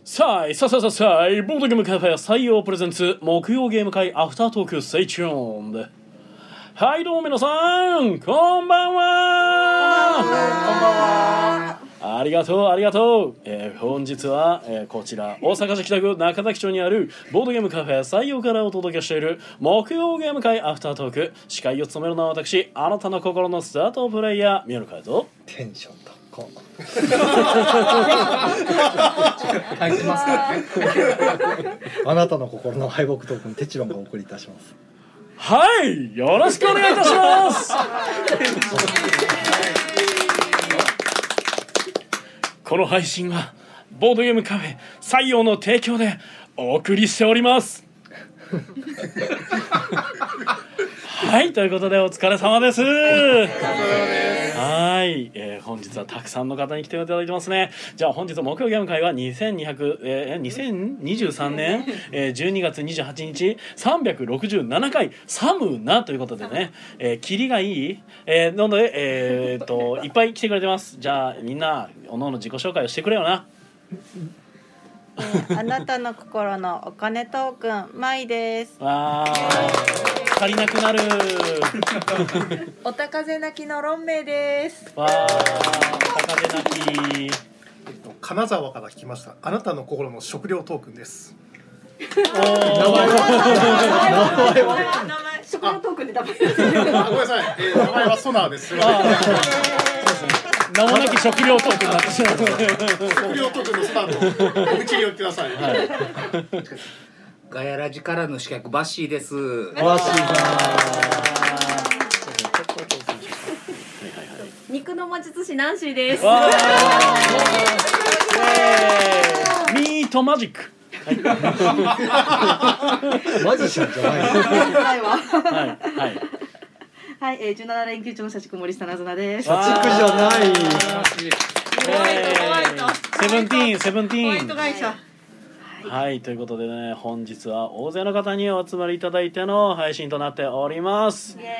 さあ、ボードゲームカフェ採用プレゼンツ木曜ゲーム会アフタートークステイチューンで。はいどうも皆さんこんばんは。ありがとう、本日は、こちら大阪市北区中崎町にあるボードゲームカフェ採用からお届けしている木曜ゲーム会アフタートーク、司会を務めるのは私、あなたの心のスタートプレイヤー宮野海斗。 テンション高入ってますからね。 あなたの心の敗北トークンテチロンがお送りいたします。 はい、よろしくお願いいたしますこの配信はボードゲームカフェ採用の提供でお送りしておりますはい、ということでお疲れ様です。はい、本日はたくさんの方に来ていただいてますね。じゃあ本日木曜ゲーム会は2023年、12月28日367回サムナということでね、キリがいい、なので、いっぱい来てくれてます。じゃあみんなおのおの自己紹介をしてくれよな。 あなたの心のお金トークンマイです。 わー、足りなくなるおたかぜ泣きのロンメイです。 わー、高手泣き。 金沢から来ました。あなたの心の食料トークンです。 名前食料トークンでダメ。 ごめんなさい。名前はソナーです。そうですね。 名もなき食料トークンになってしまう。 食料トークンのソナーとお口に寄ってください。 ガヤラジからの刺客バッシーです。 バッシーさん。肉の魔術師ナンシーです。 わー、ミートマジック。 マジシャンじゃない。 はい、17連休中の社畜森下なずなです。 社畜じゃない。 セブンティーン。 ホワイト会社。 はい、ということでね、本日は大勢の方にお集まりいただいての配信となっております。はい、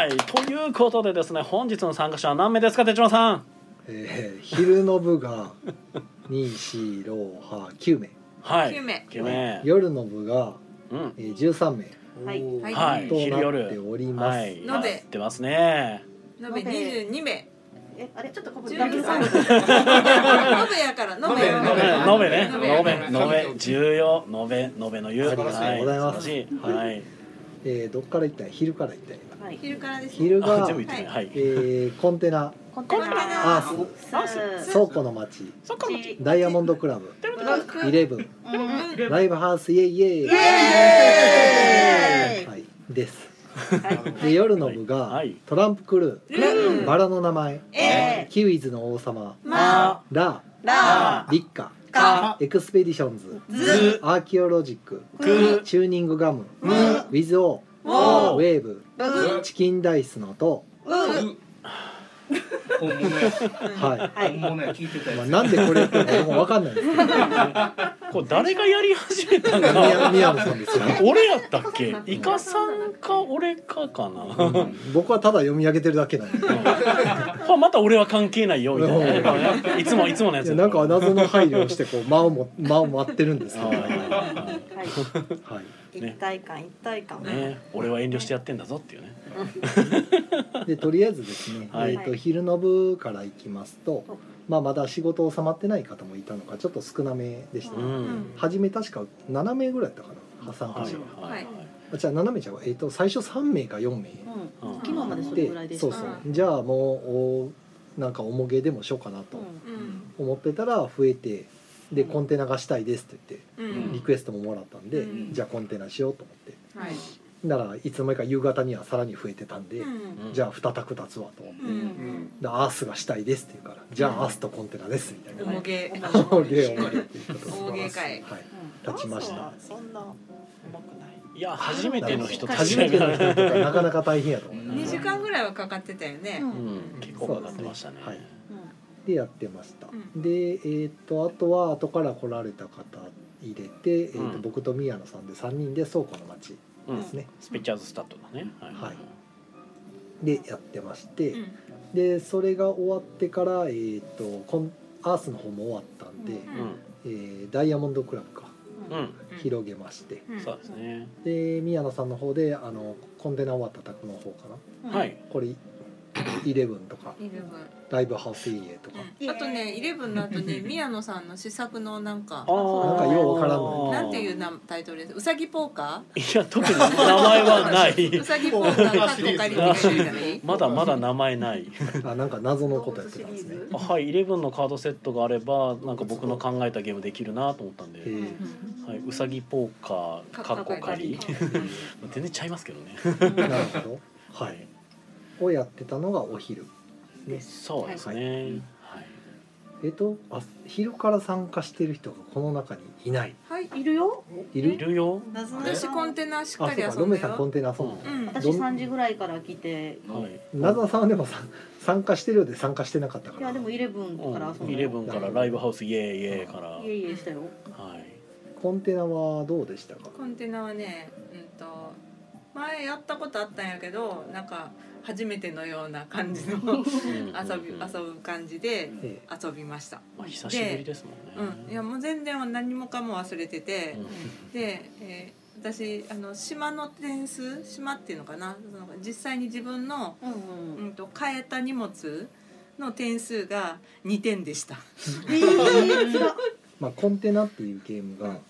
ということでですね、本日の参加者は何名ですか、手島さん。 昼の部が2、4、6、8、9名。 はい、 9 名。 夜の部が13名。 はい、 と昼な夜っております。 はい、なってますね。 延べ22名。あれちょっとここで。延べやから延べ重要延べの湯。 ありがとうございます。 はい。 どっから行ったん？昼から行ったんや。 昼からです。 昼が全部言ってね。はい。 コンテナ。アース、倉庫の町、ダイヤモンドクラブ、11、ライブハウスイエイイエイ、はいです。で夜の部がトランプクルー、バラの名前、キウイズの王様、ラ、リッカ、エクスペディションズ、アーキオロジック、チューニングガム、ウィズオー、ウェーブ、チキンダイスのと本物や。本物や、聞いてたやつ。 なんでこれって僕も分かんないですけど。 これ誰がやり始めたんかな。 宮野さんですよ。 俺やったっけ？イカさんか俺かな。 僕はただ読み上げてるだけなんで。 また俺は関係ないよみたいな。いつものやつ。 なんか謎の配慮をしてこう間を待ってるんですけど。はい。 一体感。 ね、俺は遠慮してやってんだぞっていうね。 でとりあえずですね、昼の部から行きますと、まだ仕事収まってない方もいたのかちょっと少なめでしたね。初め確か7名ぐらいだったかな、参加者が。じゃあ7名じゃ最初3名か4名。 昨日までそれぐらいでした。 そうじゃあもうなんか重げでもしようかなと思ってたら増えて、でコンテナがしたいですって言ってリクエストももらったんで、じゃあコンテナしようと思って。だからいつの間にか夕方にはさらに増えてたんで、じゃあ2択立つわと思って、でアースがしたいですって言うから、じゃあアースとコンテナですみたいな。 大芸会立ちました。 そんなうまくない。 いや初めての人とかなかなか大変やと思う。 2時間ぐらいはかかってたよね。 結構かかってましたね。 でやってました。であとは後から来られた方入れて、僕と宮野さんで3人で倉庫の町ですね。 スペチャーズスタッドだね。 はい。でやってまして、でそれが終わってからアースの方も終わったんで、ダイヤモンドクラブか、広げまして、 そうですね。 で宮野さんの方でコンテナ終わった宅の方かな、 はい。 これ11とか 11 ライブハウス EA とか、 あとね11の後に宮野さんの試作のなんかなんかようわからんのになんていうタイトルです。うさぎポーカいや特に名前はないーうさぎポーカーかっこ仮にっていうじゃないまだ名前ないなんか謎のことやってたんですね。 はい11のカードセットがあればなんか僕の考えたゲームできるなと思ったんで、はい、うさぎポーカーかっこ仮全然ちゃいますけどねなるほど、はい、をやってたのがお昼です。そうですね、はい昼から参加してる人がこの中にいない。 はい、 いるよ。 いるいるよ。 私コンテナしっかり遊ロんだよ。 メさんコンテナ遊んだ、 私3時ぐらいから来て、 なずなさんはでも参加してるようで参加してなかったから。 いやでも11から遊んだ。 11からライブハウスイエーイイエーからイエーイしたよ。 はい。 コンテナはどうでしたか。 コンテナはね、前やったことあったんやけど、なんか初めてのような感じの遊ぶ感じで遊びました。 まあ久しぶりですもんね。 いやもう全然何もかも忘れてて、で、私島の点数、島っていうのかな、実際に自分の変えた荷物の点数が2点でした。 まあコンテナっていうゲームが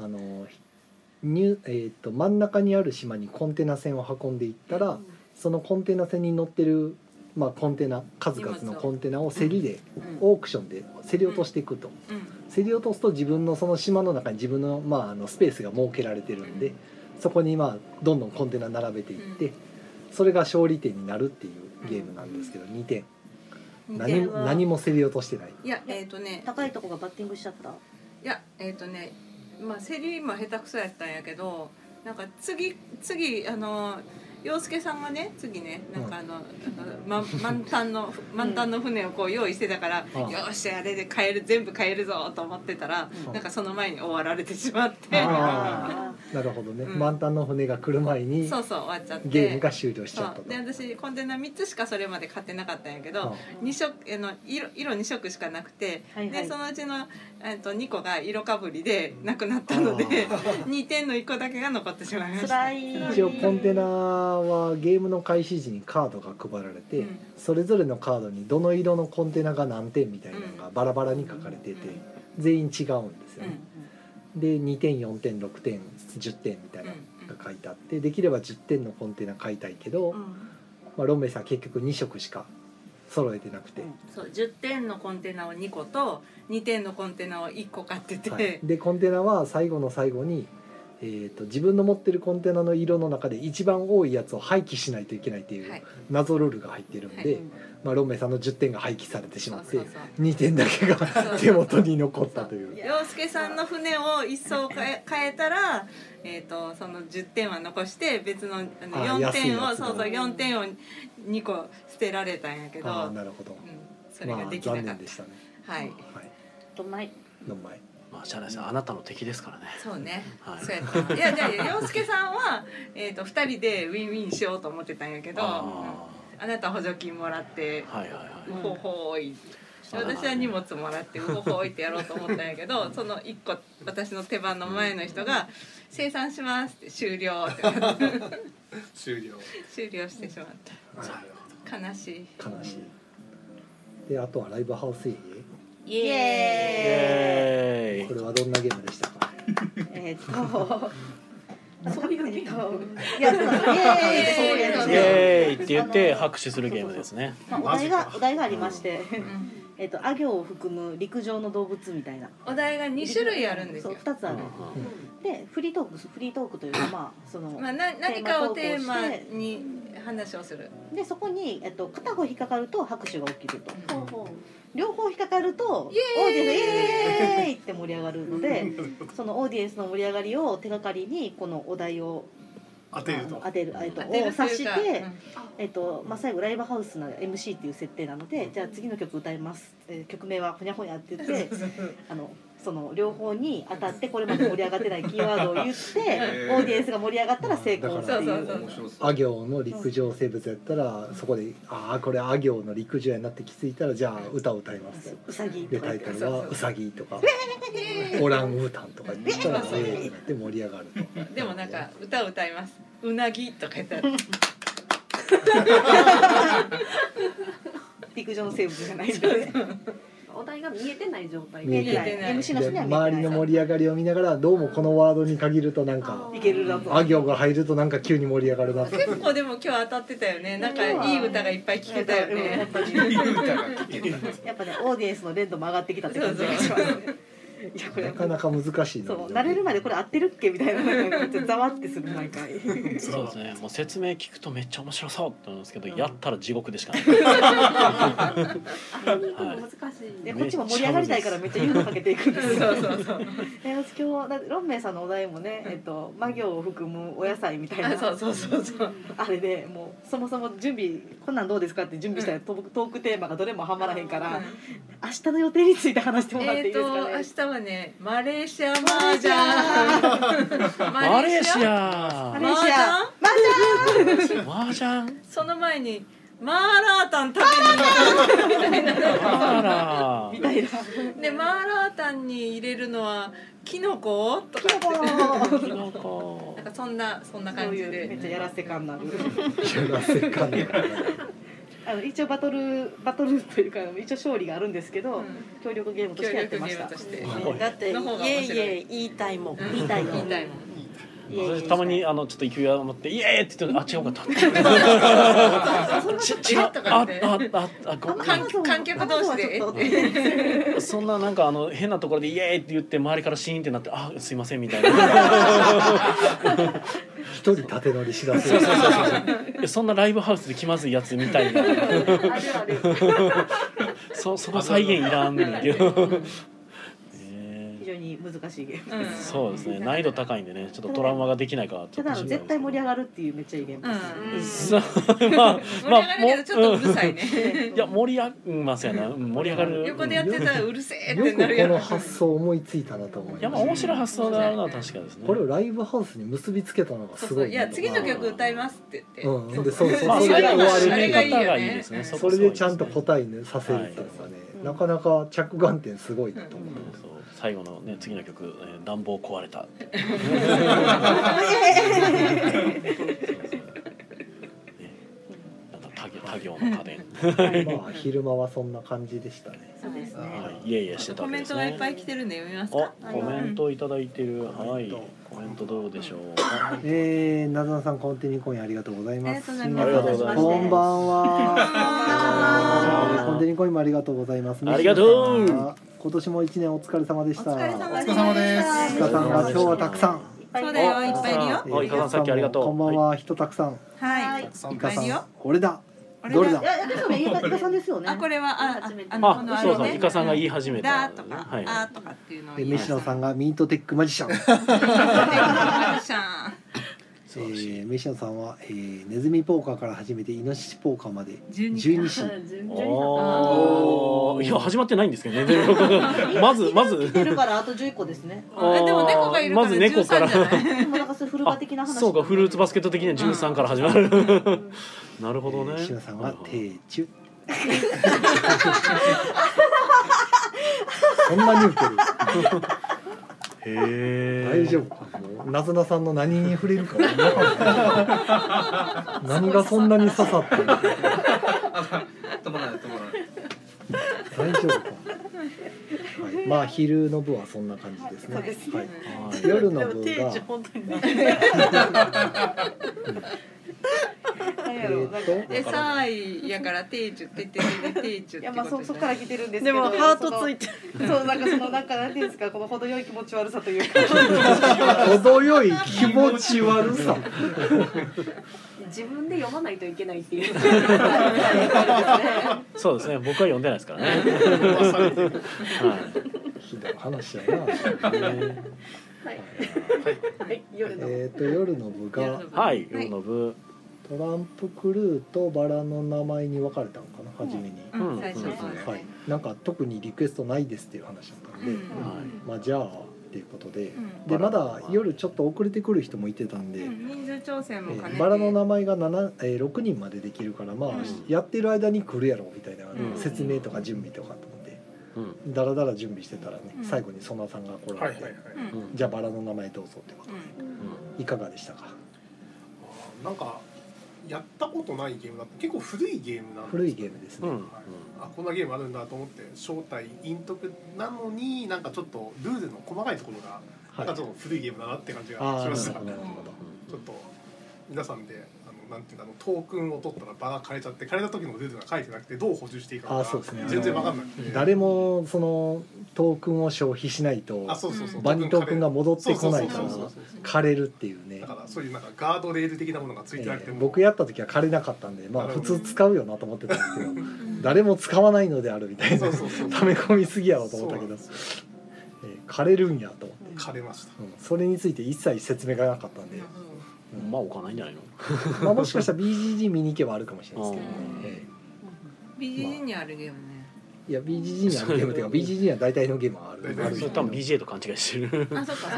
真ん中にある島にコンテナ船を運んでいったら、そのコンテナ船に乗ってる、コンテナ数々のコンテナを競りで、オークションで競り落としていくと、競り落とすと自分のその島の中に自分の、スペースが設けられてるんで、そこにどんどんコンテナ並べていって、それが勝利点になるっていうゲームなんですけど、2点何も競り落としてない。 いや高いとこがバッティングしちゃった。 いや競りも下手くそやったんやけど、なんか次洋介さんがね次ねなんか満タンの船をこう用意してたから、よっしゃあれで全部買えるぞと思ってたら、なんかその前に終わられてしまって、 なるほどね、満タンの船が来る前にそう終わっちゃってゲームが終了しちゃったと。 で私コンテナ3つしかそれまで買ってなかったんやけど、色2色しかなくて、でそのうちの2個が色かぶりでなくなったので2点の1個だけが残ってしまいました。 一応コンテナはゲームの開始時にカードが配られて、それぞれのカードにどの色のコンテナが何点みたいなのがバラバラに書かれてて、全員違うんですよね。で2点4点6点10点みたいなのが書いてあって、できれば10点のコンテナ買いたいけど、ロンメイさん結局2色しか揃えてなくて、 そう10点のコンテナを2個と2点のコンテナを1個買ってて、 でコンテナは最後の最後に自分の持ってるコンテナの色の中で一番多いやつを廃棄しないといけないっていう謎ルールが入っているんで、ロンメイさんの10点が廃棄されてしまって2点だけが手元に残ったという。 洋介さんの船を1艘変えたら、その10点は残して別の4点を4点を2個捨てられたんやけど、 なるほど、 それができなかった。 残念でしたね。 はい。 どんまい。 じゃないですか、あなたの敵ですからね。 そうね。そうやった。いや洋介さんは2人でウィンウィンしようと思ってたんやけど、あなた補助金もらってほほーい。私は荷物もらってほほーいってやろうと思ったんやけど、その1個私の手番の前の人が生産しますって終了って終了してしまった。悲しい。 であとはライブハウス EA。 イエーイ。 これはどんなゲームでしたか。 そういう意味。 イエーイって言って拍手するゲームですね。 お題がありまして、アギョを含む陸上の動物みたいな。 お題が2種類あるんですよ。 2つある。でフリートークというか何かをテーマに話をする。でそこに片方引っかかると拍手が起きると。両方引っかかるとオーディエンスイエーイって盛り上がるので、そのオーディエンスの盛り上がりを手がかりにこのお題を当てるを指して、最後ライブハウスの MC っていう設定なので、じゃあ次の曲歌います、曲名はほにゃほにゃって言ってその両方に当たってこれまで盛り上がってないキーワードを言ってオーディエンスが盛り上がったら成功っていうあ行の陸上生物やったらそこでこれあ行の陸上やなって気づいたらじゃあ歌を歌いますとうさぎでタイトルはうさぎとかオランウータンとか言ったらってなって盛り上がるとでもなんか歌を歌いますうなぎとか言ったら陸上の生物じゃないんでお題が見えてない状態見えてない MC の人には見えてない周りの盛り上がりを見ながらどうもこのワードに限るとなんかいけるなとあ行が入るとなんか急に盛り上がるなと結構でも今日当たってたよねなんかいい歌がいっぱい聴けたよねやっぱねオーディエンスの連度も上がってきたって感じがしますねいやこれなかなか難しいなそう慣れるまでこれ合ってるっけみたいななんかざわってする毎回そうですね。もう説明聞くとめっちゃ面白そうって思うんですけど、やったら地獄でしかない。 難しいでこっちも盛り上がりたいからめっちゃ言うのかけていくんですよそうそうそう今日ロンメイさんのお題もね魔行を含むお野菜みたいなそうそうそうそうあれでもうそもそも準備こんなんどうですかって準備したらトークテーマがどれもはまらへんから明日の予定について話してもらっていいですかね明日はねマレーシアマージャンマレーシア。 マレーシアマージャン。 その前にマーラータン食べに行くみたいなあら。 みたいなでマーラータンに入れるのはキノコとかってなんかそんな感じでめっちゃやらせ感なるやらせかね一応バトルというか一応勝利があるんですけど、協力ゲームとしてやってました。 協力ゲームとしてだってイエイイエイ言いたいもん。 言いたいもん。 私たまにちょっと勢い余ってイエーイって言って違うかった観客同士でそんななんか変なところでイエーイって言って周りからシーンってなってすいませんみたいな一人縦乗りしだすそんなライブハウスで気まずいやつみたいなその再現いらんねんけど非常に難しいゲームです。 そうですね。難易度高いんでね、ちょっとトラウマができないかちょっと心配です。 絶対盛り上がるっていうめっちゃいいゲームです。 盛り上がるけどちょっとうるさいね。 いや盛り上がりますよね。盛り上がる。 横でやってたらうるせえっよくてなるやん。 この発想思いついたなと思います。 いや面白い発想であるのは確かですね。 これをライブハウスに結びつけたのがすごい。 いや次の曲歌いますって言って。 でそうそれで終わるあれがいいよね。 それでちゃんと答えねさせるっていうのがね、なかなか着眼点すごいなと思う。 最後のね次の曲暖房壊れた。他行の家電。 まあ昼間はそんな感じでしたね。 そうですね。 いえいえしてたわけですね。 コメントがいっぱい来てるんで読みますか。 コメントいただいてる。はい。コメントどうでしょう。 なずなさんコンティニーコインありがとうございます。 ありがとうございます。 こんばんは。コンティニーコインもありがとうございます。 ありがとう。 今年も一年お疲れ様でした。 お疲れ様です。 お疲れ様です。 イカさんが今日はたくさん。 そうだよいっぱいいるよ。 イカさんさっきありがとう。 こんばんは人たくさん。 はい。 イカさんこれだ。どれだ。 いやですよねイカさんですよね。 あこれはそうそうイカさんが言い始めた。 だとかあとかっていうのを。 で飯野さんがミートテックマジシャン。飯野さんは、ネズミポーカーから始めてイノシシポーカーまで12種。 いや始まってないんですけどね。まず来てるからあと11個ですね。 でも猫がいるからまず猫から。 でもなんかフルバ的な話。 そうかフルーツバスケット的には13から始まる。なるほどね。 飯野さんは定中。そんなに受ける。大丈夫か。なずなさんの何に触れるか分からない。何がそんなに刺さったの。 止まらない。 大丈夫か。まあ昼の部はそんな感じですね。はい。夜の部が。 餌いやから定中って言って定中。 いやまあそこから来てるんですけど。 でもハートついてる。 そうなんかなんていうんですかこの程よい気持ち悪さというか。 程よい気持ち悪さ。 自分で読まないといけないっていう。 そうですね僕は読んでないですからね。 ひどい話やな。夜の部がはい夜の部トランプクルーとバラの名前に分かれたのかな初めに。 最初はい。 なんか特にリクエストないですっていう話だったんで、まあじゃあっていうことで、でまだ夜ちょっと遅れてくる人もいてたんで、 人数調整も兼ねてバラの名前が6人までできるから、まあやってる間に来るやろみたいな説明とか準備とかと思って、だらだら準備してたらね、最後にソナさんが来られて、じゃあバラの名前どうぞってことで、いかがでしたか？ なんかやったことないゲームだった。結構古いゲームなんです。 古いゲームですね。 あ、こんなゲームあるんだと思って招待陰徳なのに、なんかちょっとルールの細かいところがなんかちょっと古いゲームだなって感じがしました。ちょっと皆さんでなんていうかトークンを取ったら場が枯れちゃって、枯れた時のルールが書いてなくてどう補充していいかが全然分かんなくて、 誰もそのトークンを消費しないと場にトークンが戻ってこないから枯れるっていうね。 だからそういうなんかガードレール的なものがついてなくても、 僕やった時は枯れなかったんで、まあ普通使うよなと思ってたんですけど誰も使わないのであるみたいな溜め込みすぎやろと思ったけど、枯れるんやと思って枯れました。 それについて一切説明がなかったんで、 まあ置かないんじゃないのまあもしかしたら BGG 見に行けばあるかもしれないですけどね。 BGG にあるゲームね。 いや BGG にあるゲームというか BGG には大体のゲームはある。 それ多分 BJ と勘違いしてる。 あ、そうか。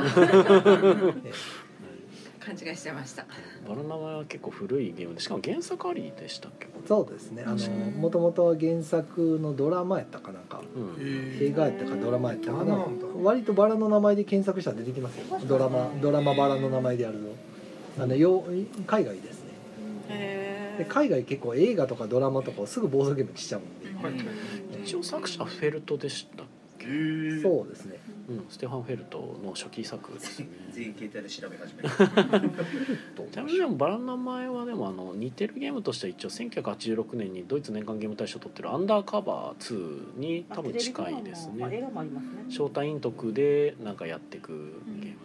勘違いしてました。 バラの名前は結構古いゲームで、しかも原作ありでしたっけ？ そうですね。もともとは原作のドラマやったかなんか、映画やったかドラマやったかな。割とバラの名前で検索したら出てきますよ。ドラマバラの名前でやるの。海外ですね。で海外結構映画とかドラマとかをすぐボードゲームにしちゃうんで。 一応作者フェルトでしたっけ？ そうですね。 ステファン・フェルトの初期作ですね。 全員携帯で調べ始める。 ちなみにでもバラの名前はでも似てるゲームとしては一応1986年にドイツ年間ゲーム大賞を取ってるアンダーカバー2に多分近いですね。招待陰徳でなんかやっていくゲームで。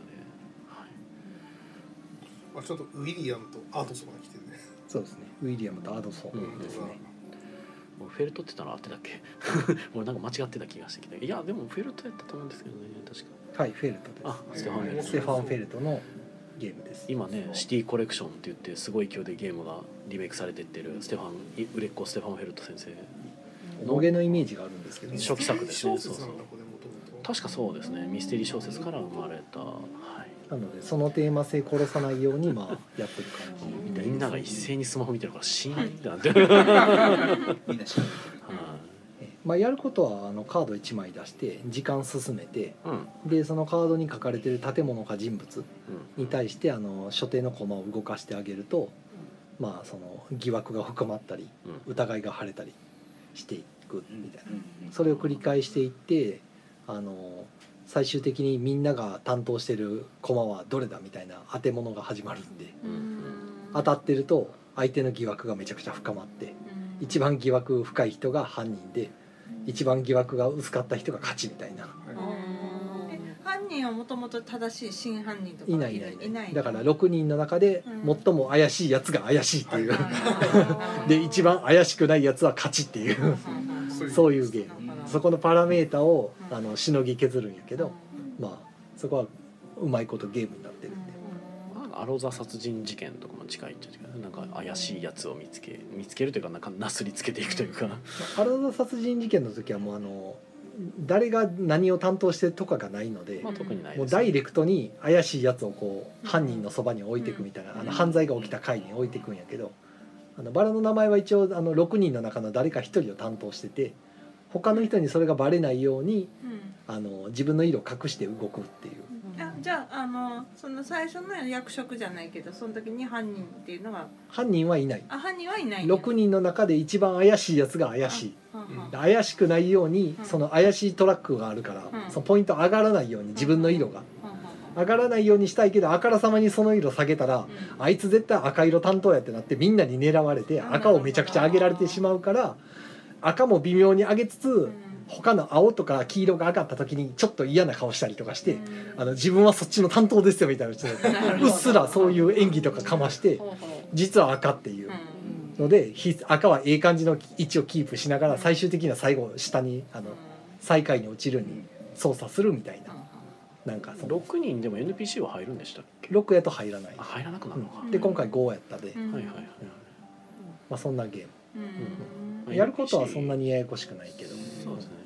ちょっとウィリアムとアドソンが来てるね。 そうですね。ウィリアムとアドソンですね。 フェルトって言ったの合ってたっけ？俺なんか間違ってた気がしてきた。いやでもフェルトやったと思うんですけどね、確か。 はい、フェルトです。 あ、ステファン・フェルトのゲームです。 今ね、シティコレクションって言ってすごい勢いでゲームがリメイクされてってる売れっ子ステファン・フェルト先生のおげのイメージがあるんですけど、 初期作ですね。そうそう。確かそうですね。ミステリー小説から生まれた。 なのでそのテーマ性殺さないようにまあやってる感じみたいな。 みんなが一斉にスマホ見てるからシーンってなってる。 みんな知ってる。 まあやることはカード1枚出して時間進めて、でそのカードに書かれてる建物か人物に対して所定の駒を動かしてあげると、まあその疑惑が深まったり疑いが晴れたりしていくみたいな。それを繰り返していって最終的にみんなが担当してる駒はどれだみたいな当て物が始まるんで、当たってると相手の疑惑がめちゃくちゃ深まって、一番疑惑深い人が犯人で一番疑惑が薄かった人が勝ちみたいな。 犯人はもともと正しい真犯人とかいないだから6人の中で最も怪しいやつが怪しいっていうで一番怪しくないやつは勝ちっていうそういうゲーム。そこのパラメータをしのぎ削るんやけど、まあそこはうまいことゲームになってるんで。 アロザ殺人事件とかも近いっちゃ近い。なんか怪しいやつを見つけるというか、なんかなすりつけていくというか。 アロザ殺人事件の時はもう誰が何を担当してとかがないので、 特にないですね。 もうダイレクトに怪しいやつをこう犯人のそばに置いていくみたいな、犯罪が起きた回に置いていくんやけど、バラの名前は一応6人の中の誰か1人を担当してて、他の人にそれがバレないように、自分の色を隠して動くっていう。 じゃあその最初の役職じゃないけど、その時に犯人っていうのが犯人はいない。 犯人はいない。 6人の中で一番怪しいやつが怪しい。怪しくないように、その怪しいトラックがあるから、そのポイント上がらないように自分の色が上がらないようにしたいけど、あからさまにその色下げたら、あいつ絶対赤色担当やってなってみんなに狙われて赤をめちゃくちゃ上げられてしまうから、赤も微妙に上げつつ他の青とか黄色が上がった時にちょっと嫌な顔したりとかして、自分はそっちの担当ですよみたいな人うっすらそういう演技とかかまして実は赤っていうので、赤はええ感じの位置をキープしながら最終的には最後下に最下位に落ちるに操作するみたいな。なんか 6人でも NPC は入るんでしたっけ ？6やと入らない。 入らなくなるのか。 で今回5やったで、まあそんなゲーム。やることはそんなにややこしくないけど。 そうですね。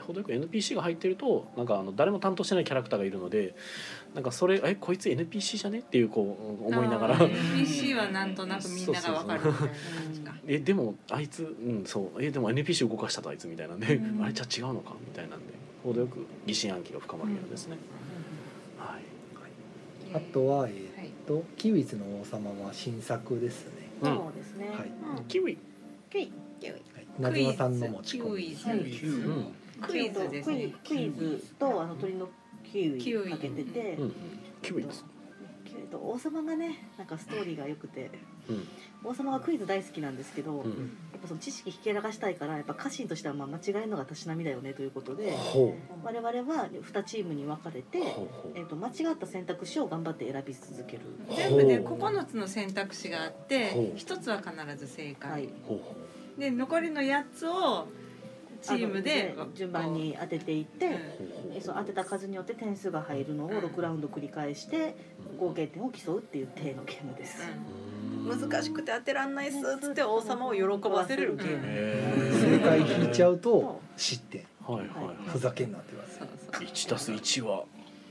程よく NPC が入ってるとなんか誰も担当してないキャラクターがいるのでなんかそれこいつ NPC じゃねっていうこう思いながら NPC はなんとなくみんなが分かるみたいな感じかでもあいつそうでも NPC 動かしたとあいつみたいなんで、あれじゃ違うのかみたいなんで程よく疑心暗鬼が深まるようですね、はい、 あとはキウイズの王様は新作ですね。 そうですね。 はい。 キウイなずなさんの持ち込み。 クイズですね。 クイズと鳥のキウイかけてて、 キウイです。 王様がねなんかストーリーが良くて、王様はクイズ大好きなんですけど、やっぱその知識ひけらかしたいからやっぱ家臣としては間違えるのがたしなみだよねということで、我々は2チームに分かれて、間違った選択肢を頑張って選び続ける。 全部で9つの選択肢があって1つは必ず正解、で残りの8つをチームで順番に当てていって、その当てた数によって点数が入るのを6ラウンド繰り返して合計点を競うっていう体のゲームです。 難しくて当てらんないっすっつって王様を喜ばせるゲーム。 正解引いちゃうと失点。ふざけんなって言われる。 1+1は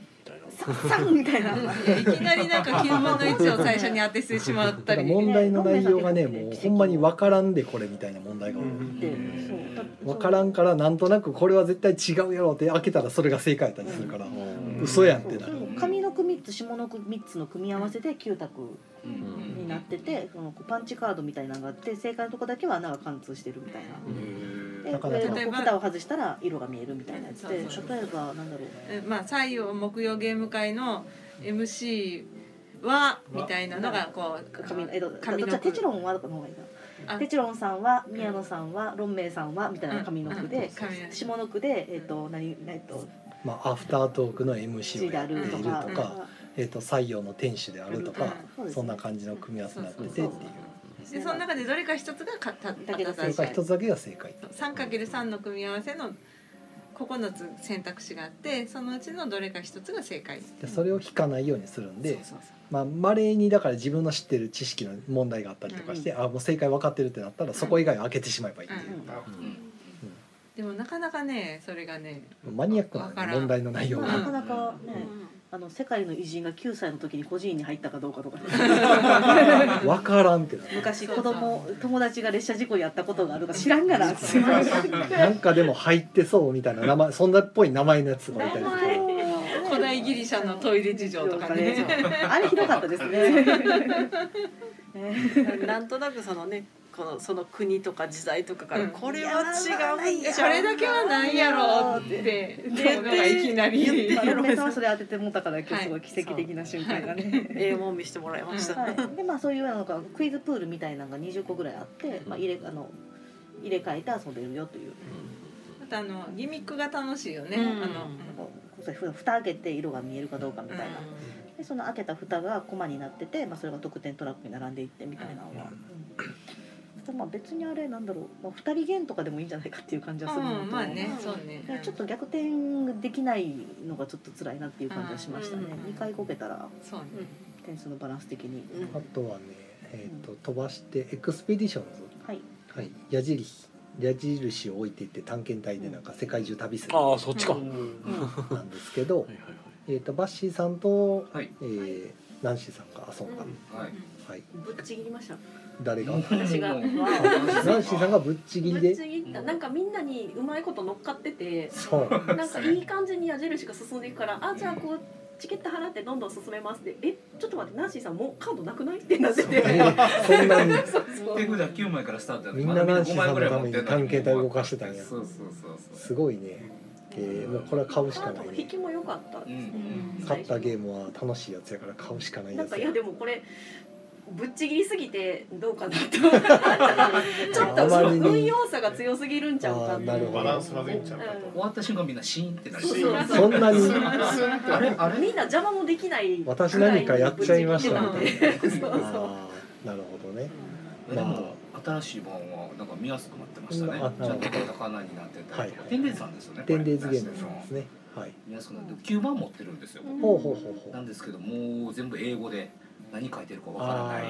3みたいな。 いきなりなんか9分の1を最初に当ててしまったり、 問題の内容がねもうほんまに分からんでこれみたいな問題が多い。分からんからなんとなくこれは絶対違うやろうって開けたらそれが正解やったりするから嘘やんってなる。 上の句3つ下の句3つの組み合わせで9択になってて、そのパンチカードみたいなのがあって正解のとこだけは穴が貫通してるみたいな。で上の蓋を外したら色が見えるみたいなやつで、例えばなんだろう。 まあ採用木曜ゲーム会の MC はみたいなのがこう上のテチロンはとかの方がいいな。テチロンさんは宮野さんはロンメイさんはみたいな上の句で、下の句でまあアフタートークの MC をやっているとか、採用の店主であるとか、そんな感じの組み合わせになっててっていう。 でその中でどれか一つがそれから一つだけが正解。 3×3 の組み合わせの9つ選択肢があって、そのうちのどれか一つが正解。 でそれを引かないようにするんで、まあ稀にだから自分の知ってる知識の問題があったりとかして、もう正解分かってるってなったらそこ以外を開けてしまえばいいっていう。 でもなかなかねそれがねマニアックな問題の内容がなかなかね。世界の偉人が9歳の時に孤児院に入ったかどうかとか分からんってな昔友達が列車事故やったことがあるか知らんがななんかでも入ってそうみたいな名前、そんなっぽい名前のやつがいたりとか古代ギリシャのトイレ事情とかねあれひどかったですねなんとなくその国とか時代とかからこれは違うんでしょ、 それだけはないやろって言っていきなりロメさんはそれ当ててもったから今日すごい奇跡的な瞬間がねも見せてもらいました。 でそういうのがクイズプールみたいなのが20個ぐらいあって、入れ替えて遊べるよという。 あとギミックが楽しいよね。 蓋開けて色が見えるかどうかみたいな。でその開けた蓋がコマになってて、それが得点トラックに並んでいってみたいなのは。別にあれなんだろう、2人ゲームとかでもいいんじゃないかっていう感じはするのと、 まあね、そうね。 ちょっと逆転できないのがちょっと辛いなっていう感じはしましたね。2回こけたら点数のバランス的に。 あとはね、飛ばしてエクスペディションズ、矢印を置いていって探検隊でなんか世界中旅する。 そっちか。 なんですけど、バッシーさんとナンシーさんが遊んだ。 ぶっちぎりました。 誰が？ 私が。 ナンシーさんがぶっちぎりで。 ぶっちぎった。なんかみんなにうまいこと乗っかってて、 そう。 なんかいい感じに矢印が進んでいくから、じゃあこうチケット払ってどんどん進めますで、ちょっと待ってナンシーさんもうカードなくないってなってて、 そんなに。 手札9枚からスタートや。 みんなナンシーさんのために探検隊動かしてたんや。 そう。 すごいね。もうこれは買うしかない。 引きも良かったですね。 買ったゲームは楽しいやつやから買うしかないやつ。 なんかでもこれ。ぶっちぎりすぎてどうかなとちょっとその運用差が強すぎるんちゃうかなるほど。 バランス悪いんちゃうかと。 終わった瞬間みんなシーンってなる。 そんなにみんな邪魔もできない私何かやっちゃいましたみたいな。 そうなるほどね。 でも新しい版はなんか見やすくなってましたね。ちゃんとカタカナになってたり。テンデイズさんですよね。 テンデイズゲームさんですね。 見やすくなって9番持ってるんですよ。 ほう。 なんですけどもう全部英語で。 何書いてるかわからない。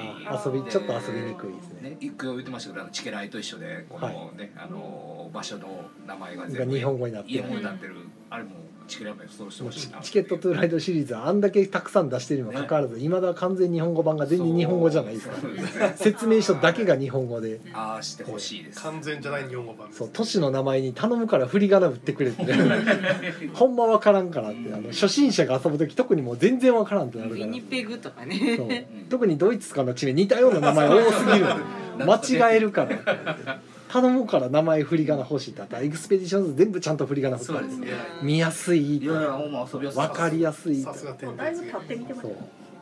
ちょっと遊びにくいですね。 一句言ってましたけど、チケライと一緒でこのね、場所の名前が全部日本語になってる。 あれもチケライそうしてほしいな。 チケットトゥーライドシリーズはあんだけたくさん出してるにもかかわらず、未だ完全日本語版が全然日本語じゃないですか。説明書だけが日本語で。 ああしてほしいです。 完全じゃない日本語版。 そう、都市の名前に頼むから振り仮名打ってくれって。ほんまわからんからって、初心者が遊ぶ時特にもう全然わからんってなるから。 ウィニペグとかね。 そう特にドイツとかの地名似たような名前多すぎる。間違えるから。頼むから名前振り仮名欲しいってあったらエクスペディションズ全部ちゃんと振り仮名振ったんです、見やすい分かりやすい。 だいぶ立ってみてます。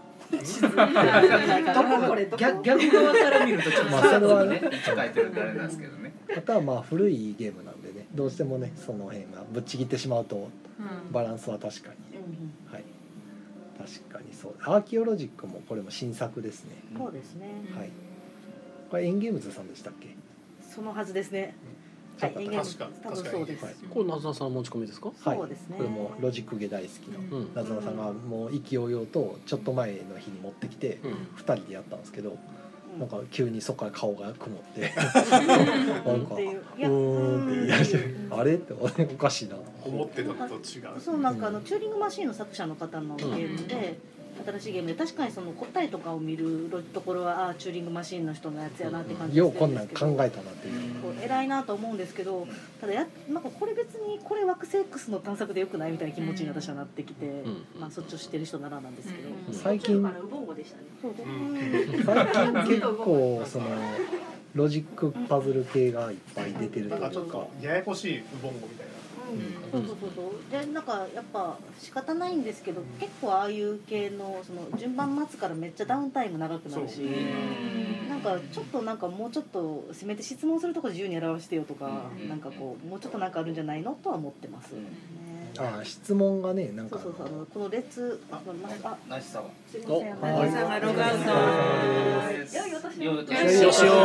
逆側から見るとちょっとそれはね書いてるんであれなんですけどね。 あとはまあ古いゲームなんでね、どうしてもねその辺がぶっちぎってしまうとバランスは確かに、はい、確かにそう。アーキオロジックもこれも新作ですね。 そうですね。 はい。これエンゲームズさんでしたっけ？ そのはずですね。はい、 確か多分そうです。 これなずなさん持ち込みですか？ そうですね。 これもロジックゲ大好きのなずなさんがもう意気揚々とちょっと前の日に持ってきて2人でやったんですけど、なんか急にそこから顔が曇ってなんかって言い出して、あれっておかしいな。 思ってたのと違う。 そう、なんかチューリングマシーンの作者の方のゲームで。新しいゲームで確かにその答えとかを見るところはチューリングマシーンの人のやつやなって感じですけど、 ようこんなん考えたなっていう偉いなと思うんですけど、ただなんかこれ別にこれ惑星 X の探索でよくないみたいな気持ちに私はなってきて、まあそっちを知ってる人ならなんですけど、 最近ウボンゴでしたね。 最近結構そのロジックパズル系がいっぱい出てるというか、 ちょっとややこしいウボンゴみたいな。 そうでなんかやっぱ仕方ないんですけど、結構ああいう系のその順番待つからめっちゃダウンタイム長くなるし、なんかちょっとなんかもうちょっとせめて質問するとこ自由に表してよとか、なんかこうもうちょっとなんかあるんじゃないのとは思ってます、 質問がね、なんかそうこの列ナイスさはすいません、 ナイスさんがログアウト。 よしよ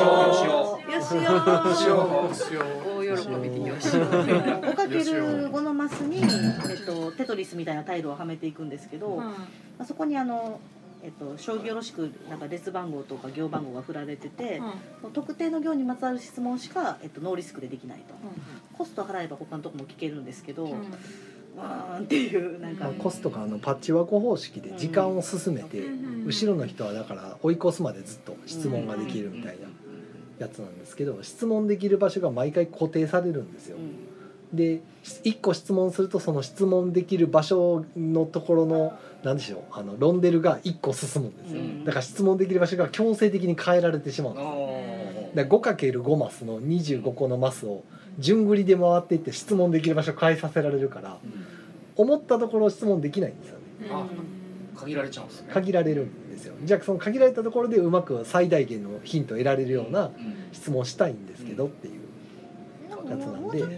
大喜びでよしよ 5×5 のマスに、テトリスみたいなタイルをはめていくんですけど、そこに将棋よろしくなんか列番号とか行番号が振られてて、特定の行にまつわる質問しか、ノーリスクでできないと、コスト払えば他のとこも聞けるんですけど、っていうなんかコストがパッチワーク方式で時間を進めて、後ろの人はだから追い越すまでずっと質問ができるみたいなやつなんですけど、質問できる場所が毎回固定されるんですよ。で1個質問するとその質問できる場所のところの何でしょう、ロンデルが1個進むんですよ。だから質問できる場所が強制的に変えられてしまうんです。だから 5×5 マスの25個のマスを順繰りで回っていって質問できる場所を変えさせられるから、思ったところ質問できないんですよね。 限られちゃうんですね。 限られるんですよ。じゃあその限られたところでうまく最大限のヒントを得られるような質問をしたいんですけどっていうやつなんで、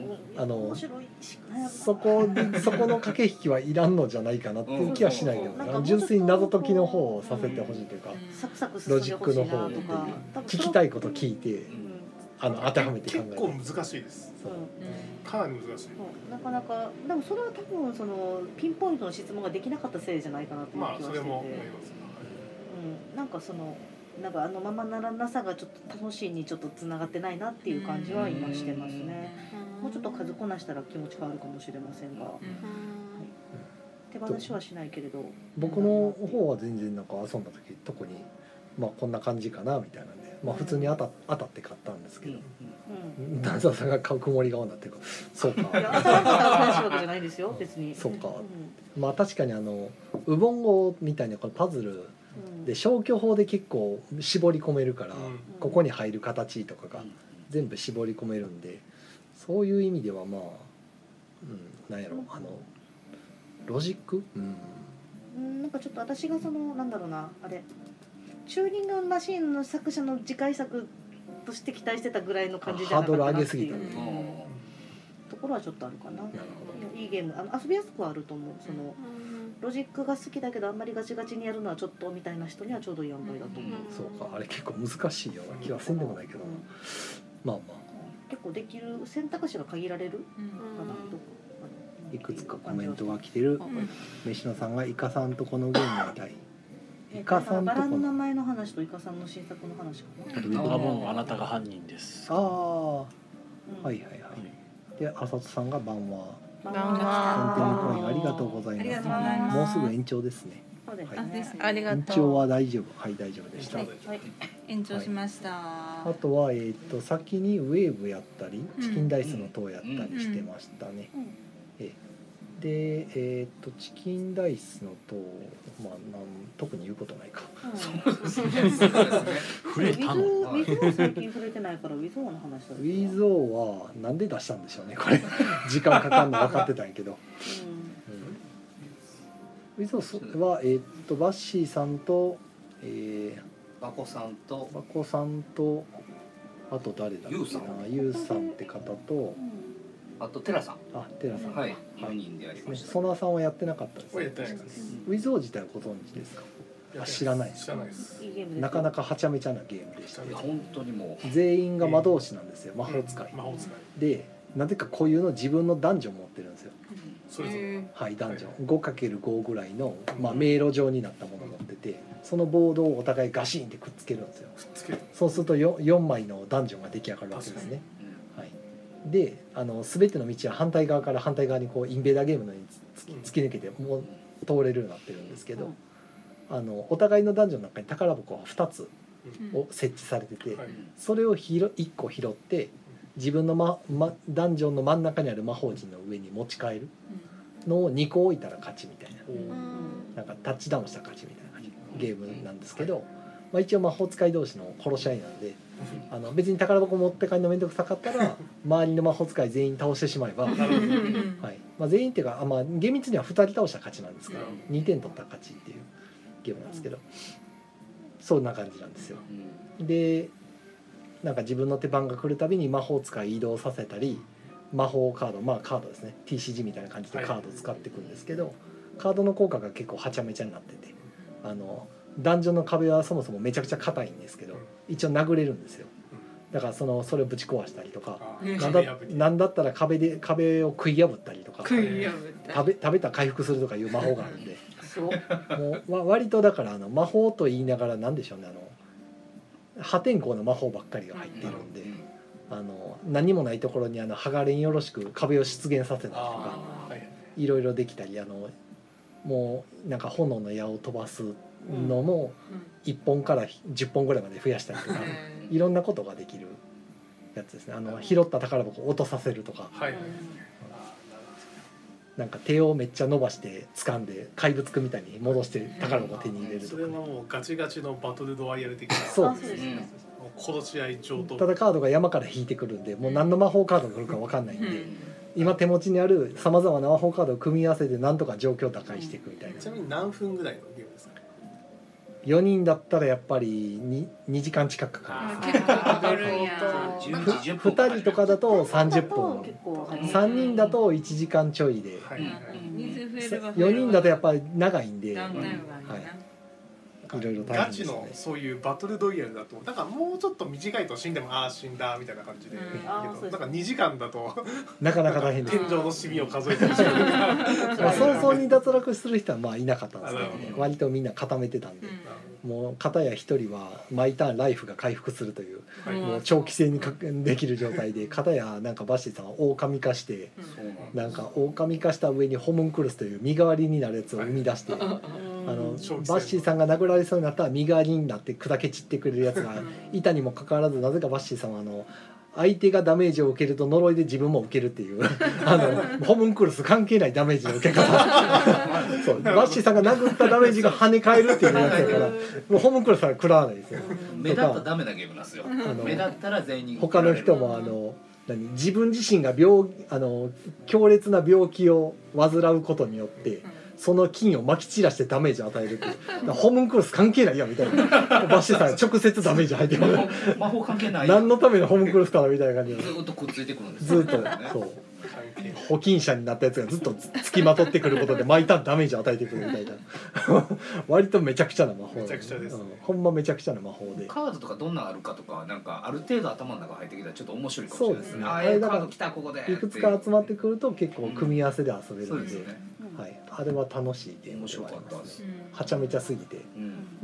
そこの駆け引きはいらんのじゃないかなっていう気はしないけど、純粋に謎解きの方をさせてほしいというか、ロジックの方っていう聞きたいこと聞いて当てはめて考える。 結構難しいです。かなり難しい。 なかなかでもそれは多分そのピンポイントの質問ができなかったせいじゃないかなという気はしてて、 それも思います。 なんかそのなんかままならなさがちょっと楽しいにちょっとつながってないなっていう感じは今してますね。もうちょっと数こなしたら気持ち変わるかもしれませんが、手放しはしないけれど、 僕の方は全然なんか遊んだ時特にこんな感じかなみたいなんで、普通に当たって買ったんですけど、ダンサーさんが買う曇り顔になってるから、そうか。 当たらなかったら悔しいわけじゃないですよ別に。 そうか。確かにウボンゴみたいなこのパズルで消去法で結構絞り込めるから、ここに入る形とかが全部絞り込めるんで、そういう意味ではなんやろロジック、 なんかちょっと私がそのなんだろうな、あれチューリングマシーンの作者の次回作として期待してたぐらいの感じじゃなかったなっていうところはちょっとあるかな。いいゲーム、遊びやすくはあると思う。そのロジックが好きだけどあんまりガチガチにやるのはちょっとみたいな人にはちょうどいい塩梅だと思う。 そうか、あれ結構難しいような気はせんでもないけど、 結構できる選択肢が限られるかなと。 いくつかコメントが来てる。飯野さんがイカさんとこのゲームみたい。 イカさんとバラこのの名前の話とイカさんの新作の話かな。 多分あなたが犯人です。 ああ、はいはいはい。で、あさとさんが晩は晩晩コンテはナコインありがとうございありがます。 とうございますもうすぐ延長ですね。 そうですはね。 ありがとう。 延長は大丈夫。はい、大丈夫でした。 はい。 延長しました。 あとは先にウェーブやったり、チキンダイスの塔やったりしてましたね。 うんで、チキンダイスの塔、まあ特に言うことないか。 触れたの。 ウィズも最近触れてないからウィズ王の話だ。 ウィズ王はなんで出したんでしょうね。これ時間かかるの分かってたんやけど。ウィズ王はバッシーさんとバコさんとバコさんとあと誰だっけな、ユウさんって方とあとテラさん。 テラさん、 はい、4人でやりました。 ソナさんはやってなかったです。 これやってないです。 ウィズ王自体はご存知ですか？知らないです。 知らないです。 いいゲームです。 なかなかはちゃめちゃなゲームでした。 いや本当にもう全員が魔導士なんですよ。魔法使い。 魔法使い。 で、なぜか固有の自分のダンジョン持ってるんですよ。 それぞれ。 はい、ダンジョン 5×5 ぐらいの、迷路状になったものを持ってて、そのボードをお互いガシンってくっつけるんですよ。そうすると 4枚のダンジョンが出来上がるわけですね。はい、で全ての道は反対側から反対側にこうインベーダーゲームのように突き抜けてもう通れるようになってるんですけど、お互いのダンジョンの中に宝箱が2つを設置されてて、それを1個拾って自分の、ダンジョンの真ん中にある魔法陣の上に持ち帰るのを2個置いたら勝ちみたいな、なんかタッチダウンしたら勝ちみたいなゲームなんですけど、一応魔法使い同士の殺し合いなんで、別に宝箱持って帰るの面倒くさかったら周りの魔法使い全員倒してしまえば、はい全員っていうか、厳密には2人倒したら勝ちなんですけど、2点取ったら勝ちっていうゲームなんですけど、そんな感じなんですよ。でなんか自分の手番が来るたびに魔法使い移動させたり、魔法カードカードですね、 TCG みたいな感じでカードを使っていくんですけど、カードの効果が結構はちゃめちゃになってて、ダンジョンの壁はそもそもめちゃくちゃ硬いんですけど、一応殴れるんですよ。だからそれをぶち壊したりとか、なんだったら壁を食い破ったりとか、食べたら回復するとかいう魔法があるんでもう割とだから魔法と言いながらなんでしょうね、破天荒な魔法ばっかりが入ってるんで、何もないところに剥がれんよろしく壁を出現させたりとかいろいろできたり、もうなんか炎の矢を飛ばすのも1本から10本ぐらいまで増やしたりとか、いろんなことができるやつですね。拾った宝箱を落とさせるとか、なんか手をめっちゃ伸ばして掴んで怪物くんみたいに戻して宝箱を手に入れるとか、 それはもうガチガチのバトルロワイヤル的な、 そうですね、 殺し合い上等。 ただカードが山から引いてくるんで、もう何の魔法カードが来るか分かんないんで、今手持ちにあるさまざまな魔法カードを組み合わせてなんとか状況を打開していくみたいな。 ちなみに何分ぐらいのゲームですか ？4人だったらやっぱり 2時間近くかかります。 結構かかるんや。 2人とかだと30分、3人だと1時間ちょいで、4人だとやっぱり長いんで、いろいろ大変ですね。 ガチのそういうバトルロイヤルだとだからもうちょっと短いと死んでも死んだみたいな感じで、なんか2時間だとなかなか大変です。 天井のシミを数えてるし早々に脱落する人はいなかったんですけどね、割とみんな固めてたんで、もう片や一人は毎ターンライフが回復するという、もう長期戦にできる状態で、片やなんかバッシーさんは狼化して、なんか狼化した上にホムンクルスという身代わりになるやつを生み出して、バッシーさんが殴られそうになったら身代わりになって砕け散ってくれるやつがいたにもかかわらず、なぜかバッシーさんは相手がダメージを受けると呪いで自分も受けるっていうホムンクルス関係ないダメージの受け方そうバッシーさんが殴ったダメージが跳ね返るっていうやつだから、もうホムンクルスは食らわないですよ。 目立ったらダメなゲームなんですよ。目立ったら全員に他の人も自分自身が強烈な病気を患うことによってその菌を撒き散らしてダメージを与えるっていう、ホムンクルス関係ないやみたいな、バッシーさん直接ダメージ入ってくる魔法関係ない何のためのホムンクルスかなみたいな感じでずっとくっついてくるんですずっとそう保菌者になったやつがずっと付きまとってくることで毎ターンダメージを与えてくるみたいな割とめちゃくちゃな魔法、 めちゃくちゃです、 ほんまめちゃくちゃな魔法で、 カードとかどんなあるかとか、なんかある程度頭の中入ってきたらちょっと面白いかもしれないですね。 あれだからカード来たここでいくつか集まってくると結構組み合わせで遊べるんで、 そうですよね。 はい、あれは楽しいゲームではあります。はちゃめちゃすぎて、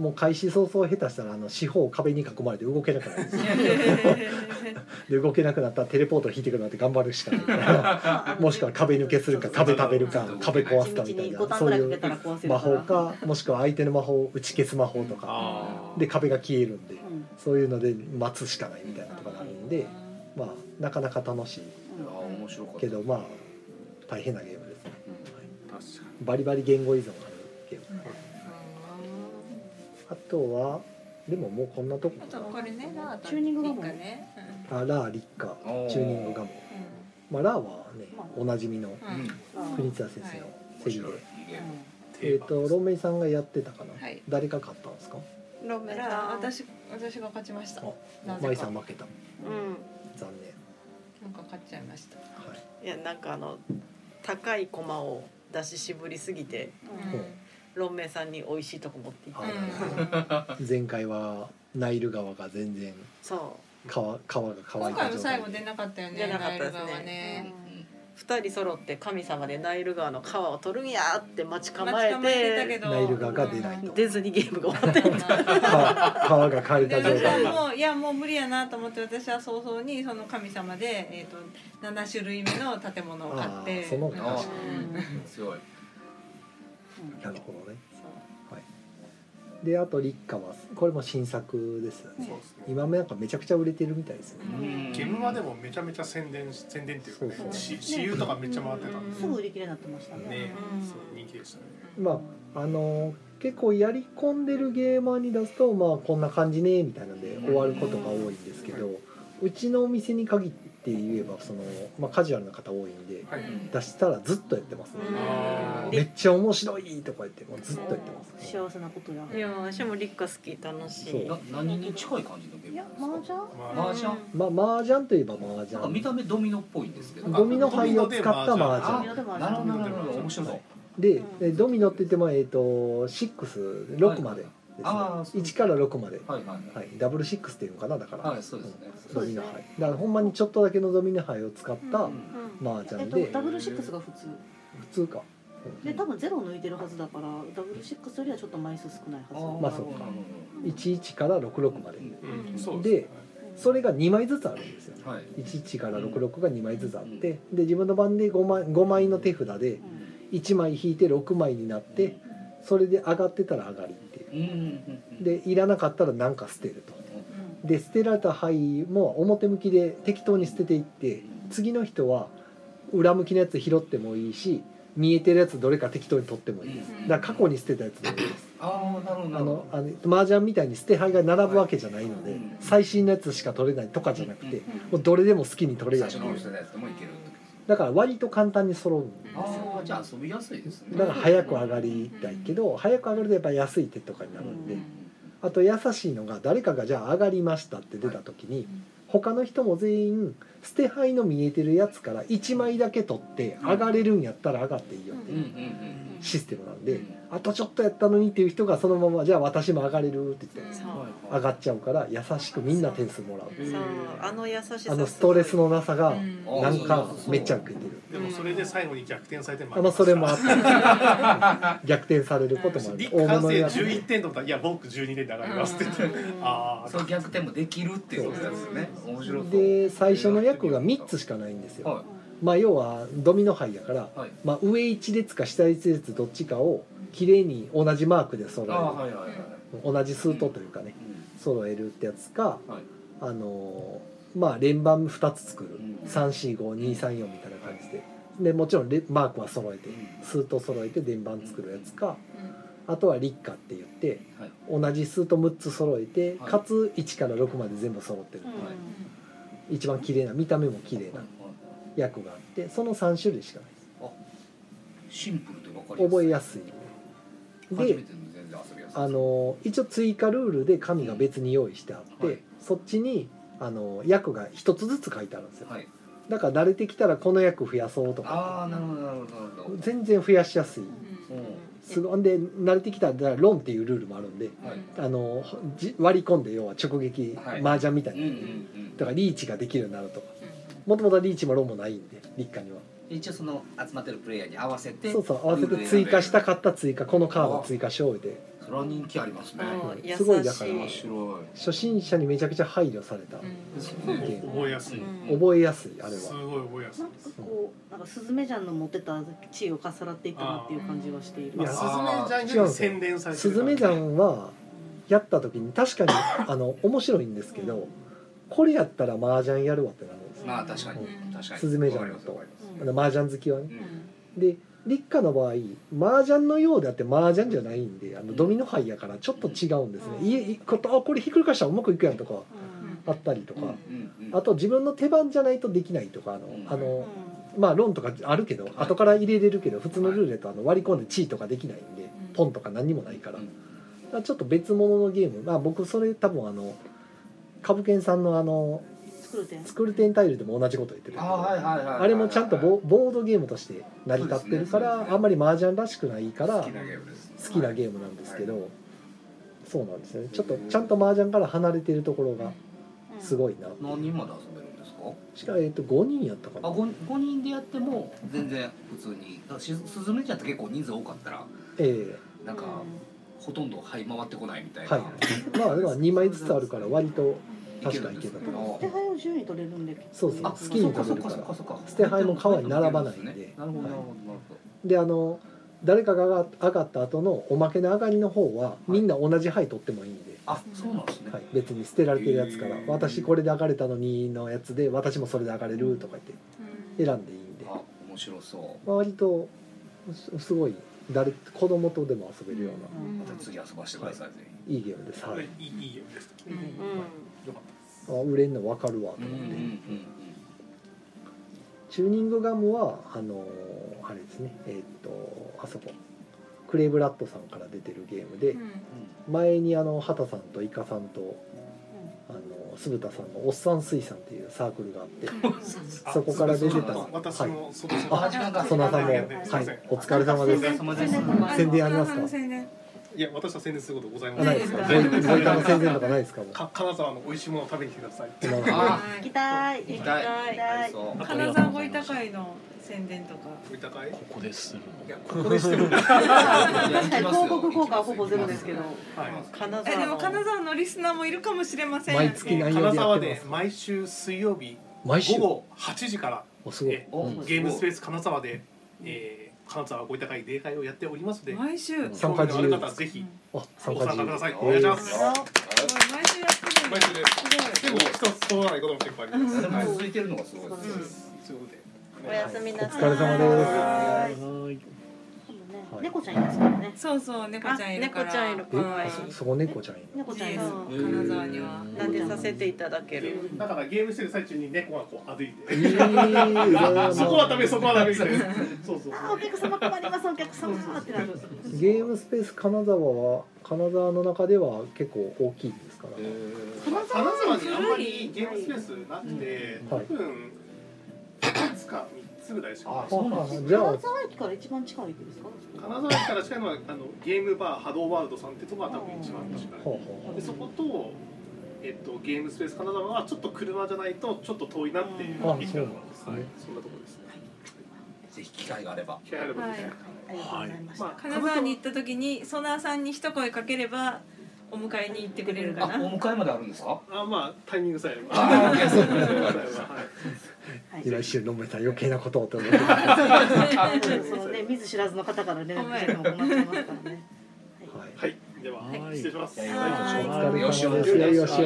もう開始早々下手したら四方壁に囲まれて動けなくなるんですよで動けなくなったらテレポートを引いてくるなんて頑張るしかないからもしくは壁抜けするか壁食べるか壁壊すかみたいなそういう魔法かもしくは相手の魔法を打ち消す魔法とかで壁が消えるんでそういうので待つしかないみたいなとかなるんでまあなかなか楽しいけどまあ大変なゲームですね、バリバリ言語依存あるゲーム、あとはでももうこんなとこかな。 これね、 チューニングガモね。 ラーリッカチューニングガモ、まあラーはねおなじみの国津先生のセリで、ロンメイさんがやってたかな、誰か勝ったんですか？ ロンメイさん、 私が勝ちました。 マイさん負けた。残念。 なんか勝っちゃいました。 いやなんか高い駒を出し渋りすぎて、ロンメイさんに美味しいとこ持っていった。 前回はナイル川が全然川が乾いた状態。 今回も最後出なかったよね。 出なかったですね。2人揃って神様でナイル川の川を取るんやって待ち構えてナイル川が出ないと出ずにゲームが終わっていた川が乾いた状態いやもう無理やなと思って私は早々にその神様で、7種類目の建物を買ってその強いなるほどね。であと立夏はこれも新作ですよね。今なんかめちゃくちゃ売れてるみたいですよね。 ゲームはでもめちゃめちゃ宣伝っていうかね、私有とかめっちゃ回ってたんで、 すぐ売り切れになってましたね。 人気でしたね。 まあ結構やり込んでるゲーマーに出すとまあこんな感じねみたいなので終わることが多いんですけど、うちのお店に限って言えばまあ、カジュアルな方多いんで、出したらずっとやってますね。めっちゃ面白いとか言ってもうずっとやってます、 幸せなことや。 いや私も立夏好き楽しい。 何に近い感じのゲーム？ いや麻雀？ 麻雀？ まあ麻雀といえば麻雀。 見た目ドミノっぽいんですけど。 ドミノ牌を使った麻雀。 なるほど面白そう。 でドミノって言っても6まで。1から6まで、ダブル6っていうのかなだから、ドミノ牌だからほんまにちょっとだけのドミノ牌を使った麻雀で、 ダブル6が普通かで多分0抜いてるはずだからダブル6よりはちょっと枚数少ないはず。 まあそうか11から66まで、でそれが2枚ずつあるんですよ、11から66が2枚ずつあって、で自分の番で5枚の手札で1枚引いて6枚になって、それで上がってたら上がりっていうでいらなかったら何か捨てると。で捨てられた牌も表向きで適当に捨てていって、次の人は裏向きのやつ拾ってもいいし見えてるやつどれか適当に取ってもいいです。だから過去に捨てたやつでもいいです。麻雀みたいに捨て牌が並ぶわけじゃないので、最新のやつしか取れないとかじゃなくて、もうどれでも好きに取れる。だから割と簡単に揃うんですよ。 じゃあ遊びやすいですね。 だから早く上がりたいけど、早く上がるとやっぱり安い手とかになるんで、あと優しいのが誰かがじゃあ上がりましたって出た時に、他の人も全員捨て牌の見えてるやつから1枚だけ取って上がれるんやったら上がっていいよっていうシステムなんで、あとちょっとやったのにっていう人がそのままじゃあ私も上がれるって言って上がっちゃうから優しくみんな点数もらう。 優しさ、 ストレスのなさがなんかめっちゃ受けてる。 でもそれで最後に逆転されてそれもあった逆転されることもある。 立完成11点とかいや僕12点で上がりますって言ってその逆転もできるっていうことですよね。面白そうで最初の役が3つしかないんですよ。まあ要はドミノ牌やから、まあ上1列か下1列どっちかをきれいに同じマークで揃える、同じ数とというかね、揃えるってやつか、まあ連番2つ作る、345-234みたいな感じで、もちろんマークは揃えて数と揃えて連番作るやつか、あとは立夏って言って、同じ数と6つ揃えて、かつ1から6まで全部揃ってる、一番綺麗な見た目も綺麗な役があって、その3種類しかないです。 シンプルで分かりやすい。 覚えやすい。で一応追加ルールで紙が別に用意してあって、そっちに役が一つずつ書いてあるんですよ、だから慣れてきたらこの役増やそうとか、全然増やしやすい、で慣れてきたらロンっていうルールもあるんで、割り込んで要は直撃麻雀みたいな、だからリーチができるようになるとか、もともとリーチもロンもないんで立夏には一応その集まってるプレイヤーに合わせてそう合わせて追加したかった追加このカード追加しようでそれは人気ありますね。 すごいだから面白い。 初心者にめちゃくちゃ配慮されたゲーム覚えやすい、 覚えやすいあれはすごい覚えやすい。 なんかスズメジャンの持ってた地位をかさらっていったなっていう感じがしている。 スズメジャンより洗練されてる。 スズメジャンはやった時に確かに面白いんですけど、これやったら麻雀やるわってなるんですよ。 まあ確かにスズメジャンだと麻雀好きはね。で立夏の場合麻雀のようであって麻雀じゃないんでドミノ牌やからちょっと違うんですね。これひっくり返したらうまくいくやんとかあったりとか、あと自分の手番じゃないとできないとかまあロンとかあるけど後から入れれるけど普通のルーレット割り込んでチーとかできないんでポンとか何にもないからちょっと別物のゲーム。まあ僕それ多分株券さんのスクルテンタイルでも同じこと言ってるけど、あれもちゃんとボードゲームとして成り立ってるからあんまり麻雀らしくないから好きなゲームなんですけど、そうなんですよね。ちょっとちゃんと麻雀から離れてるところがすごいな。 何人まで遊べるんですか？ しか5人やったかな。 5人でやっても全然普通に。スズメちゃんって結構人数多かったらなんかほとんど回ってこないみたいな。 まあでも2枚ずつあるから割と確かにいけたと思う。 捨て牌を順位取れるんで。 そう好きに取れるから捨て牌も川に並ばないんで。で誰かが上がった後のおまけの上がりの方はみんな同じ牌取ってもいいんで。 そうなんですね。 別に捨てられてるやつから私これで上がれたのにのやつで私もそれで上がれるとか言って選んでいいんで。 面白そう。 割とすごい子供とでも遊べるような。 また次遊ばしてください。 いいゲームです。 いいゲームです。よかったです。売れんの分かるわと思って。チューニングガムはあれですね。あそこクレイブラッドさんから出てるゲームで、前に畑さんとイカさんと鈴田さんのおっさん水産っていうサークルがあってそこから出てた私もソナさんもお疲れ様です。宣伝ありますか？ いや私は宣伝することございません。 ないですか？ボイタの宣伝とかないですか？ 金沢の美味しいものを食べに来てください。 行きたい。 金沢ごいた会の宣伝とか。 ここでする。 いやここでしてる。 確かに広告効果はほぼゼロですけど。 でも金沢のリスナーもいるかもしれません。 毎月何曜金沢日やってます？ で毎週水曜日午後8時からゲームスペース金沢で金沢ごいた会例会をやっておりますので、 毎週興味のある方はぜひご参加ください。お願いします。 毎週やってる。 毎週です。でも一つ通らないことも結構あります。 続いてるのがすごいです。 おやすみなさい。 お疲れ様です。 猫ちゃんいますからね。 そうそう猫ちゃんいるから。 猫ちゃんいる。 そこ猫ちゃんいる。 猫ちゃんいる。 金沢にはなんでさせていただける。 だからゲームしてる最中に猫がこう歩いて。そこはダメそこはダメみたいな。そうそう。 お客様困りますお客様ってなる。 ゲームスペース金沢は金沢の中では結構大きいですから。 金沢にあんまりゲームスペースなくて、多分2つか3つぐらいしかない。 じゃあ金沢駅から一番近い駅ですか？ 金沢駅から近いのはゲームバーハローワールドさんってとこが多分一番近い。でそことゲームスペース金沢はちょっと車じゃないとちょっと遠いなっていう駅があるんです。そんなところですね。 ぜひ機会があれば。 機会があればですね。 金沢に行った時にソナーさんに一声かければお迎えに行ってくれるかな。 お迎えまであるんですか？ まあタイミングさえあれば。 来週飲めた余計なことをと思って。 そのね見ず知らずの方から連絡来ても困ってますからね。 はい。では失礼します。 お疲れ様です。よし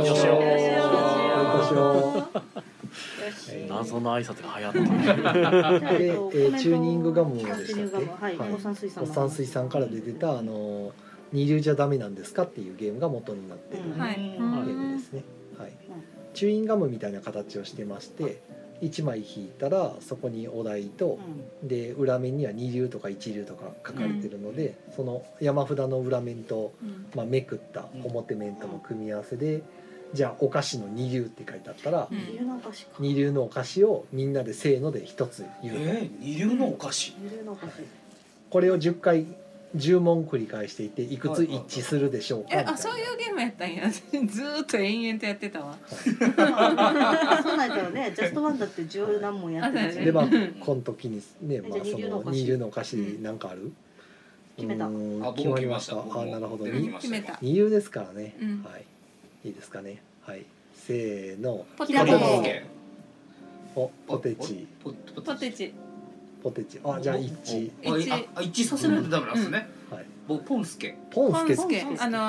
よ。 謎の挨拶が流行ってる。で、チューニングガムでしたっけ？ おっさん水産から出てた二流じゃダメなんですかっていうゲームが元になっているゲームですね。はい。チューインガムみたいな形をしてまして。1枚引いたらそこにお題と、で裏面には二流とか一流とか書かれてるので、その山札の裏面と、めくった表面との組み合わせで、じゃあお菓子の二流って書いてあったら、二流のお菓子をみんなでせーので一つ言う。 二流のお菓子。 これを10回 10問繰り返していていくつ一致するでしょうかみたいな。 そういうゲームやったんや。ずーっと延々とやってたわ。 そうなんだよね。ジャストワンだって10何問やってるし。 でこの時にね、その二流のお菓子なんかある？ 決めた。 決まりました。なるほど。 決めた。 二流ですからね。はい。いいですかね。はい。せーの。 ポテチ。 お、ポテチ。 ポテチ。 ポテチ。じゃあ一致。 一致させないとダメなんですね。 はい。 ポンスケ。 ポンスケ。 丸ち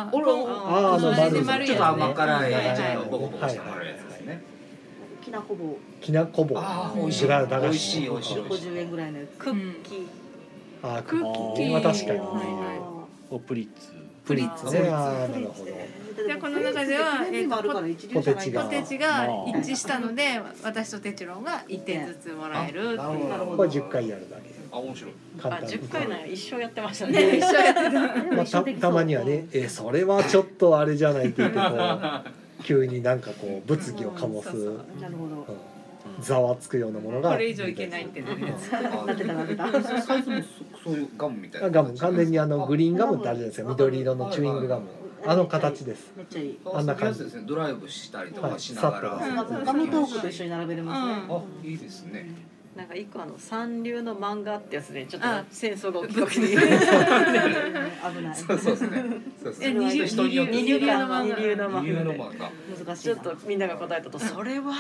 ょっと甘辛いボコボコした丸いやつですね。 きなこ棒。 きなこ棒。 美味しい。美味しい。 50円ぐらいのやつ。 クッキー。 クッキーは確かに。 プリッツ。 プリッツね。なるほど。 じゃあこの中ではポテチが一致したので私とテチロンが1点ずつもらえる。 これ10回やるだけ。 面白い。 10回なら一生やってましたね。 一生やってた。たまにはね、それはちょっとあれじゃないって言ってこう急になんかこう物議を醸す。 なるほど。 ざわつくようなものがこれ以上いけないってなるやつ。 なってた。 サイズもそういうガムみたいな。 ガム完全にグリーンガムってあるじゃないですか。緑色のチューイングガム。形です。 めっちゃいい。 あんな感じですね。ドライブしたりとかしながら。 ガムトークと一緒に並べれますね。 いいですね。 なんか一個三流の漫画ってやつでちょっと戦争が起きた時に危ない。 そうですね。 二流の漫画。 難しい。 ちょっとみんなが答えたとそれは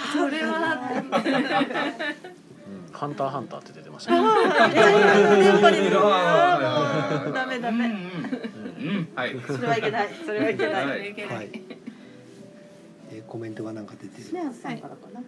ハンターハンターって出てましたね。 ダメ。 はい。 それはいけない。 はい。コメントがなんか出てる。 スネアさんからかな。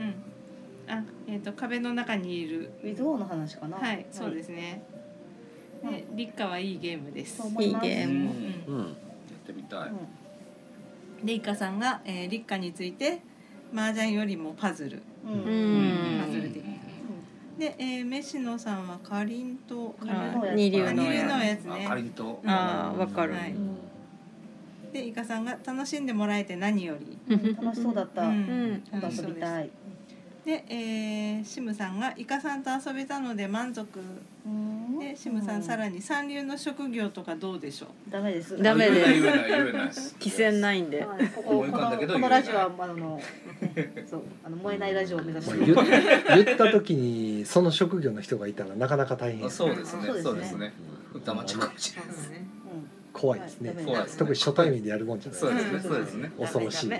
壁の中にいるウィズオーの話かな。 はい、そうですね。立夏はいいゲームです。 いいゲーム。 やってみたい。 でイカさんが立夏について麻雀よりもパズル。パズル的。でメシノさんはかりんと二流のやつね。 かりんと。 わかる。 でイカさんが楽しんでもらえて何より。 楽しそうだった。遊びたい。 で、シムさんがイカさんと遊べたので満足。でシムさんさらに三流の職業とかどうでしょう。 ダメです。 ダメです。 言えない。 規制ないんで。 思い浮かんだけどこのラジオはそう燃えないラジオを目指して。 言った時にその職業の人がいたらなかなか大変。 そうですね。黙っちゃうかもしれないですね。 怖いですね。特に初対面でやるもんじゃない。 そうですね。 恐ろしい。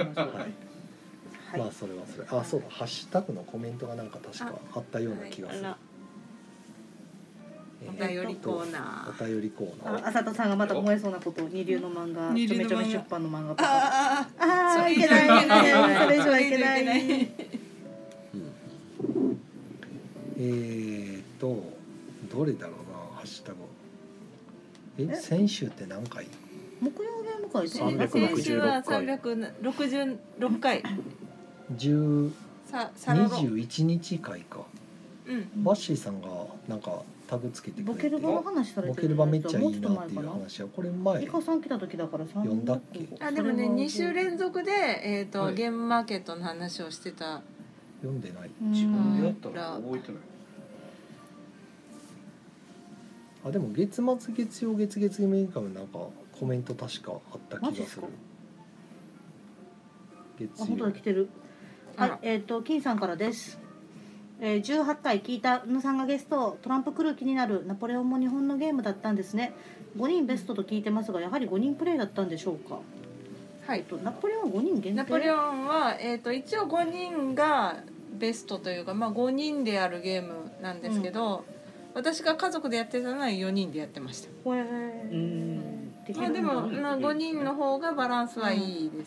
まあそれはそれ。そうだ。ハッシュタグのコメントがなんか確かあったような気がする。 お便りコーナー。 お便りコーナー。 浅田さんがまた思えそうなことを二流の漫画、ちょめちょめ出版の漫画とか。いけない。それ以上はいけない。 どれだろうな、ハッシュタグ。先週って何回？ 木曜ゲーム会先週は366回。 21日回か。バッシーさんがなんかタグつけてくれて。 ボケルバの話されてる。 ボケルバめっちゃいいなっていう話はこれ前。 イカさん来た時だから読んだっけ？ でもね2週連続でゲームマーケットの話をしてた。 読んでない。 自分でやったら覚えてない。 でも月末月曜月月メイカムなんかコメント確かあった気がする。 本当だ来てる。はい、金さんからです。18回聞いた宇野さんがゲスト。トランプ来る気になる。ナポレオンも日本のゲームだったんですね。5人ベストと聞いてますが、やはり5人プレイだったんでしょうか。はい。ナポレオンは5人限定。 ナポレオンは一応5人がベストというか、5人でやるゲームなんですけど。私が家族でやってたのは4人でやってました。でも5人の方がバランスはいいです。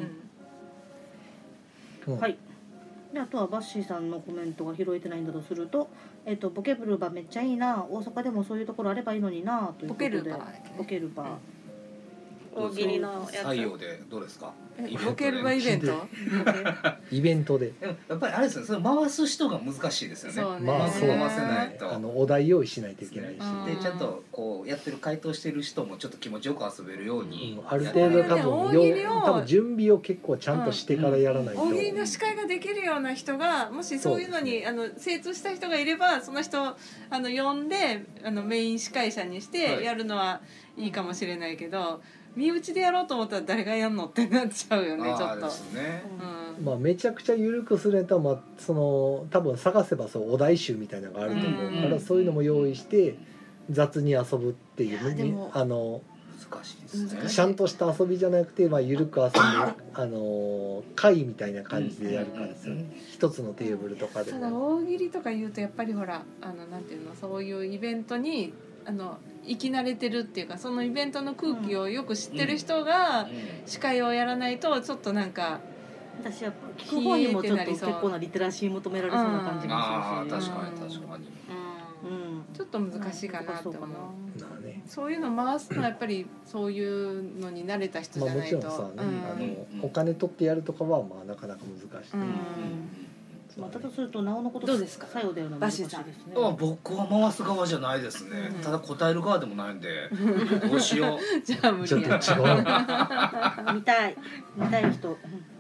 はい。であとはバッシーさんのコメントが拾えてないんだとすると、ボケルバめっちゃいいな。大阪でもそういうところあればいいのになということで。ボケルバ。 大喜利のやつ採用でどうですか？ ボケるバイベントイベントでやっぱりあれですね、それ回す人が難しいですよね。 そうねまあそう回せないとお題用意しないといけないし、 うんでちゃんとこうやってる回答してる人もちょっと気持ちよく遊べるように、 ある程度多分準備を結構ちゃんとしてからやらないと、 大喜利の司会ができるような人がもしそういうのに精通した人がいれば、その人を呼んでメイン司会者にしてやるのはいいかもしれないけど、身内でやろうと思ったら誰がやんのってなっちゃうよね、ちょっと。 ですね。 まあめちゃくちゃ緩くすると、まあその多分探せばそうお題集みたいなのがあると思うから、そういうのも用意して雑に遊ぶっていうでも難しいですね。 ちゃんとした遊びじゃなくて、まあ緩く遊ぶ会みたいな感じでやるからですよね。一つのテーブルとかでただ大喜利とか言うとやっぱりほらなんていうの、そういうイベントに生き慣れてるっていうか、そのイベントの空気をよく知ってる人が司会をやらないとちょっとなんか、 私は聞く方にもちょっと結構なリテラシー求められそうな感じがするし、 確かに確かに、 ちょっと難しいかなと思う。 ね、 そういうの回すのはやっぱりそういうのに慣れた人じゃないと、 まあもちろんさ、お金取ってやるとかはまあなかなか難しい。 またとするとなおのことどうですか？ 作用でやるのは難しいですね。 僕は回す側じゃないですね。ただ答える側でもないんで、どうしよう。 じゃあ無理や。 ちょっと違う。 見たい人。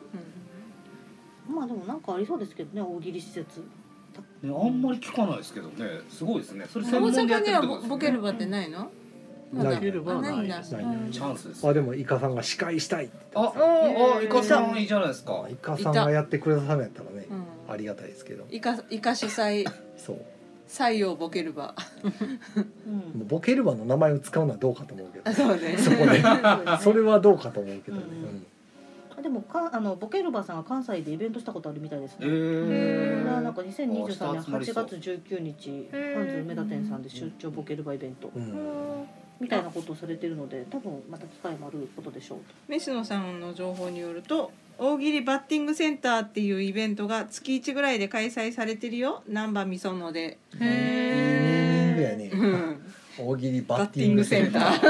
まあでもなんかありそうですけどね、大喜利施設。 あんまり聞かないですけどね。すごいですね。それ専大門でやっ阪にはてるってことですね。 ボケる場ってないの？ ないければないんだ。 ないチャンスです。 あでもイカさんが司会したいって言ってイカさんいいじゃないですか。 イカさんがやってくれたためやったらね、ありがたいですけど。 イカ主催そう。 採用ボケる場。 もうボケる場の名前を使うのはどうかと思うけど。 そうね。 そこでそれはどうかと思うけどね。 でもボケルバさんが関西でイベントしたことあるみたいですね。なんか2023年8月19日ハンズ梅田店さんで出張ボケルバイベントみたいなことをされてるので、多分また機会もあることでしょうと。 飯野さんの情報によると、大喜利バッティングセンターっていうイベントが月1ぐらいで開催されてるよ、難波みそので。 いいネーミングやね。大喜利バッティングセンター。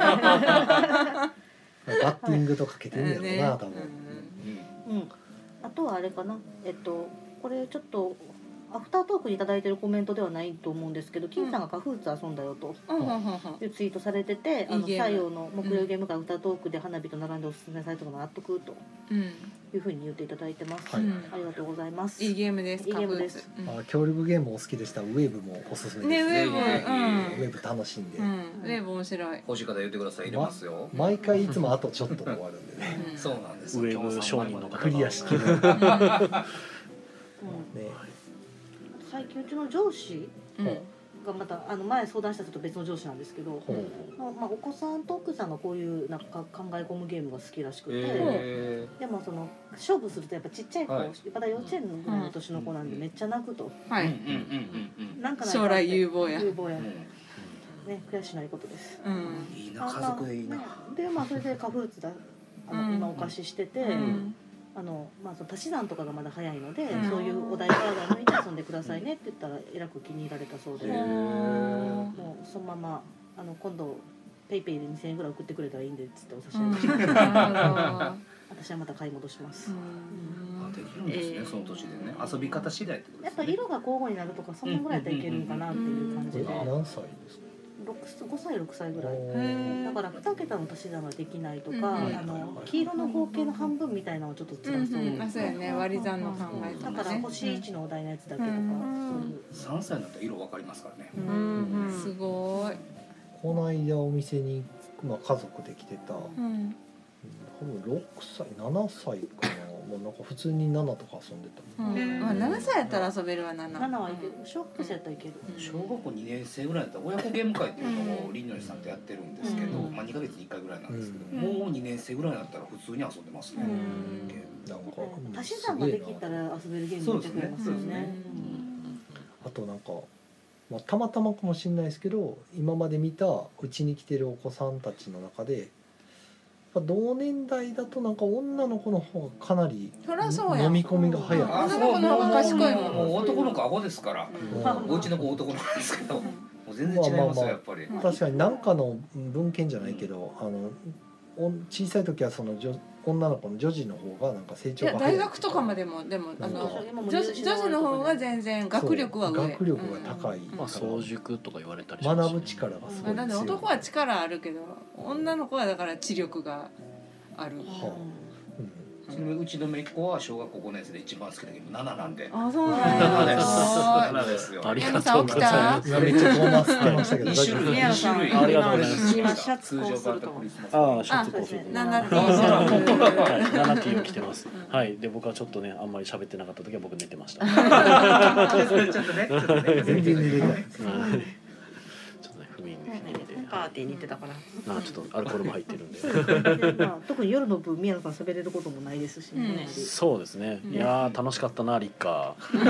バッティングとかけてるんやろうな、多分。 あとはあれかな、これちょっとアフタートークにいただいてるコメントではないと思うんですけど、金さんがカフーツ遊んだよというツイートされてて、採用の木曜ゲーム会アフタートークで花火と並んでおすすめされたのが納得というふうに言っていただいてます。ありがとうございます。 いいゲームです。 いいゲームです。 協力ゲームお好きでしたらウェーブもおすすめです。 ね、ウェーブ楽しんで。 ウェーブ面白い。 欲しい方言ってください。入れますよ。 毎回いつもあとちょっとで終わるんでね。 そうなんです。 ウェーブ商人の方クリアしきる。 最近うちの上司がまた前相談した人と別の上司なんですけど、まあお子さんと奥さんがこういうなんか考え込むゲームが好きらしくて、でもその勝負するとやっぱちっちゃい子、まだ幼稚園ぐらいの年の子なんでめっちゃ泣くと、なんか将来有望や。 有望や。ね、悔しないことです。 いいな、家族でいいな。 でまあそれでカフーツだ今お貸ししてて。まあ、その足し算とかがまだ早いので、そういうお題カード抜いて遊んでくださいねって言ったらえらく気に入られたそうで、もうそのまま今度ペイペイで2000円ぐらい送ってくれたらいいんでっつってお差し上げして私はまた買い戻します。 できるんですね、その年でね。遊び方次第ってことですね。 やっぱ色が交互になるとかそんなぐらいだったらいけるんかなっていう感じで。 何歳ですか 5歳6歳ぐらいだから2桁の足し算はできないとか、黄色の合計の半分みたいなのをちょっと辛そう、 そうやね、割り算の考えだから星1のお題のやつだけとか、 3歳になったら色分かりますからね。 すごい。 この間お店に家族で来てた、多分6歳7歳かな、もうなんか普通に7とか遊んでた。 7歳やったら遊べるわ。 7はいける。小学生やったらいける。 小学校2年生ぐらいだったら親子ゲーム会っていうのをりんのりさんとやってるんですけど、まあ2ヶ月に1回ぐらいなんですけど、もう2年生ぐらいだったら普通に遊んでますね。 足し算ができたら遊べるゲームめっちゃ増えますよね。 あとなんか、まあ、たまたまかもしれないですけど、今まで見たうちに来てるお子さんたちの中で同年代だとなんか女の子の方がかなり飲み込みが早い。 女の子の方が賢いもん。 もう男の子アホですから。お家の子男の子ですけど、もう全然違いますよやっぱり。 確かに何かの文献じゃないけど、 小さい時はその女の子の女児の方がなんか成長が早い。大学とかまでも女子の方が全然学力は上。 学力が高い。 まあ早熟とか言われたり。 学ぶ力がすごい。 だって男は力あるけど女の子はだから知力がある。 うちの姪っ子は小学校5年生で一番好きだけど7なんで。 あ、そうなんだ。 7ですよ。 ありがとうございます。 めっちゃこうなってましたけど。 2種類。 ありがとうございます。 今シャツこうすると。 ああ、シャツこうすると。 7T 7T を着てます。はい。で僕はちょっとねあんまり喋ってなかった時は僕寝てました。 ちょっとね。 全然寝れない。 パーティーに行ってたから。 ちょっとアルコールも入ってるんで。 特に夜の分宮野さん喋れることもないですしね。 そうですね。いや楽しかったなリッカー。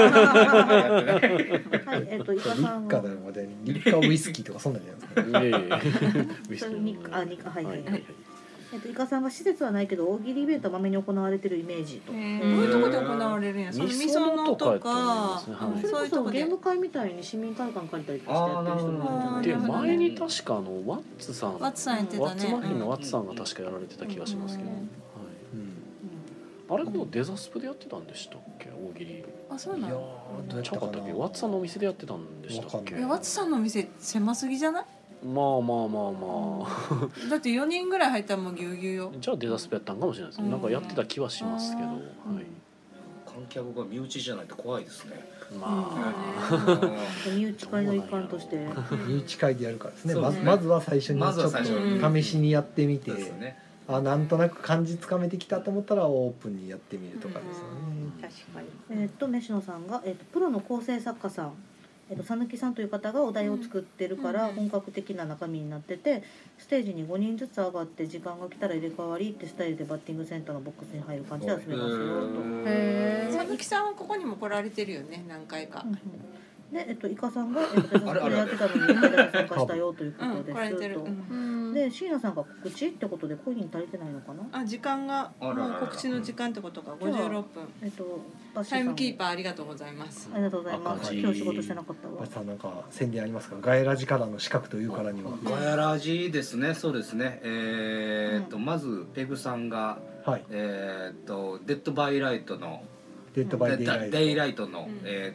はい、イカさんは。リッカーウイスキーとかそんなんじゃないですか。 はいはいはい。イカさんが施設はないけど大喜利イベントはまめに行われてるイメージと。 どういうところで行われるんや。そのみそのとか、 そういうとこゲーム会みたいに市民会館借りたりとかしてやってる人もいる。 で前に確かワッツさん、 ワッツさんやってたね。 ワッツマフィンのワッツさんが確かやられてた気がしますけど。あれこのデザスプでやってたんでしたっけ大喜利。 あ、そうなの。 ちゃうかったっけ。ワッツさんのお店でやってたんでしたっけ。 ワッツさんのお店狭すぎじゃない？ まあだって4人ぐらい入ったらもうぎゅうぎゅうよ。 じゃあデザスペやったんかもしれないですね。なんかやってた気はしますけど、はい。 観客が身内じゃないと怖いですね。 まあ身内会の一環として身内会でやるからですね。まずは最初にちょっと試しにやってみて、なんとなく感じつかめてきたと思ったらオープンにやってみるとかですよね。 確かに。飯野さんがプロの構成作家さん。さぬきさんという方がお題を作ってるから本格的な中身になってて、ステージに5人ずつ上がって時間が来たら入れ替わりってスタイルでバッティングセンターのボックスに入る感じで遊べますよと。 さぬきさんはここにも来られてるよね、何回か。 で、イカさんが、デザスペでやってたのに1回だけ参加したよということですと。で、椎名さんが告知ってことでコイン足りてないのかな。 あ、時間が告知の時間ってことか、56分。タイムキーパーありがとうございます。 ありがとうございます。今日仕事してなかったわ。 バシさんなんか宣伝ありますか。ガヤラジからの資格というからには。 ガヤラジですね。そうですね。まずペグさんがデッドバイライトのデイライトの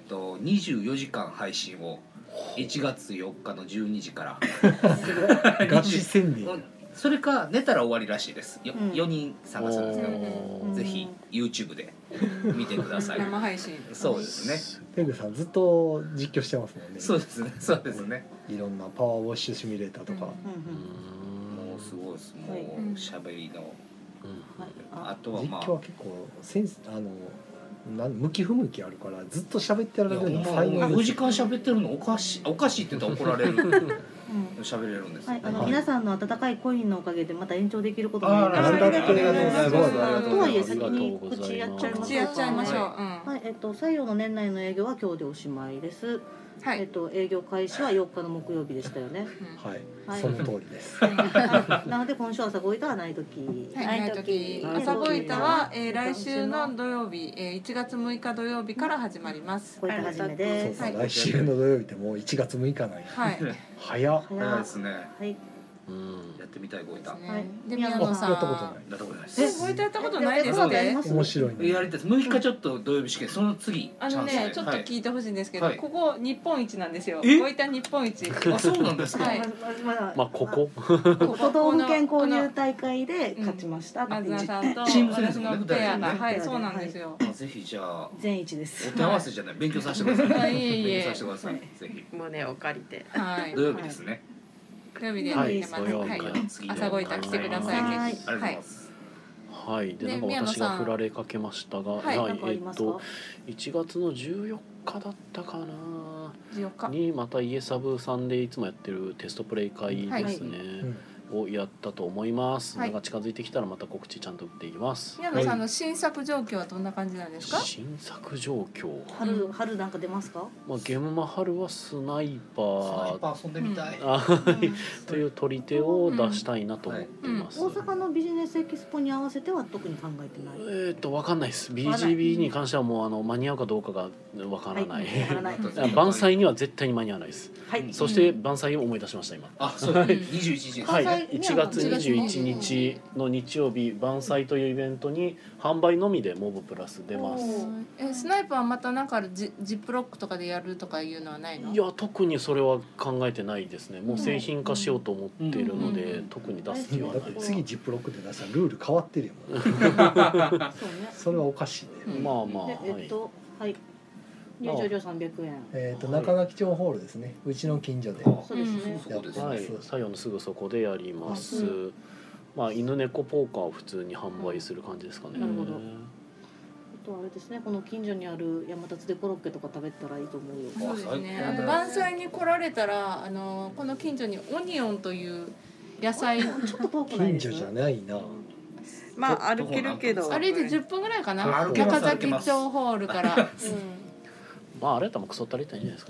24時間配信を1月4日の12時からガチ宣伝。 それか寝たら終わりらしいです。4人参加するんですけど、ぜひ YouTube で見てください。 生配信。 そうですね。 ペグさんずっと実況してますもんね。 そうですね。そうですね。 いろんなパワーウォッシュシミュレーターとか。 もうすごいです。もう喋りの。あとはまあ実況は結構向き不向きあるからずっと喋ってられるのが才能です。 5時間喋ってるのおかしいって言ったら怒られる。喋れるんです。 皆さんの温かいコインのおかげでまた延長できることになりました。 ありがとうございます。 とはいえ先に口やっちゃいましょう。 口やっちゃいましょう。 はい、採用の年内の営業は今日でおしまいです。はい、営業開始は4日の木曜日でしたよね。 はい、その通りです。 なので今週朝ごいたはないとき。 朝ごいたは来週の土曜日、1月6日土曜日から始まります。 ごいた始めです。 来週の土曜日ってもう1月6日なんや。 はい。 早ですね。 はい。 やってみたいごいた。 で宮野さん。 やったことない。 ごいたやったことないですって。 面白いね。 やりたいです。6日ちょっ土曜日試験その次。 ちょっと聞いてほしいんですけど、ここ日本一なんですよ。ごいた日本一。 あ、そうなんですか。 まあここ。 都道府県交流大会で勝ちました。 あずなさんと私のペアが、はい、そうなんですよ。 ぜひじゃあ全一です。 お手合わせじゃない、勉強させてください。 いえいえ。 勉強させてください。ぜひ胸を借りて。 はい。 土曜日ですね。 土曜日でやってます。はい。朝ごいた来てください。 ありがとうございます。 はい、でなんか私が振られかけましたが、1月の14日だったかなにまた家サブさんでいつもやってるテストプレイ会ですね、をやったと思います。なんか近づいてきたらまた告知ちゃんと打っていきます。 宮野さんの新作状況はどんな感じなんですか？ 新作状況。 春なんか出ますか？ まあゲームマ春はスナイパー遊んでみたい。 という取り手を出したいなと思っています。 大阪のビジネスエキスポに合わせては特に考えてない。 わかんないです。BGB に関してはもう間に合うかどうかがわからない。晩祭には絶対に間に合わないです。そして晩祭を思い出しました今。 あ、そう。21時。 はい。 1月21日の日曜日晩祭というイベントに販売のみでモブプラス出ます。 スナイパーはまたなんかジップロックとかでやるとかいうのはないの？ いや特にそれは考えてないですね。もう製品化しようと思っているので、特に出す気はない。 次ジップロックで出したらルール変わってるよそれはおかしいね。 まあまあはい入場料300円。 中垣町ホールですね。うちの近所でそうですね。 はい、作業のすぐそこでやります。まあ犬猫ポーカーを普通に販売する感じですかね。 なるほど。あとあれですね、この近所にある山立でコロッケとか食べたらいいと思うよ。 そうですね。晩祭に来られたらこの近所にオニオンという野菜ちょっと遠くないですか？ 近所じゃないな。 まあ歩けるけど歩いて10分ぐらいかな。中崎町ホールから。 まああれやったらもうクソったれたんじゃないですか。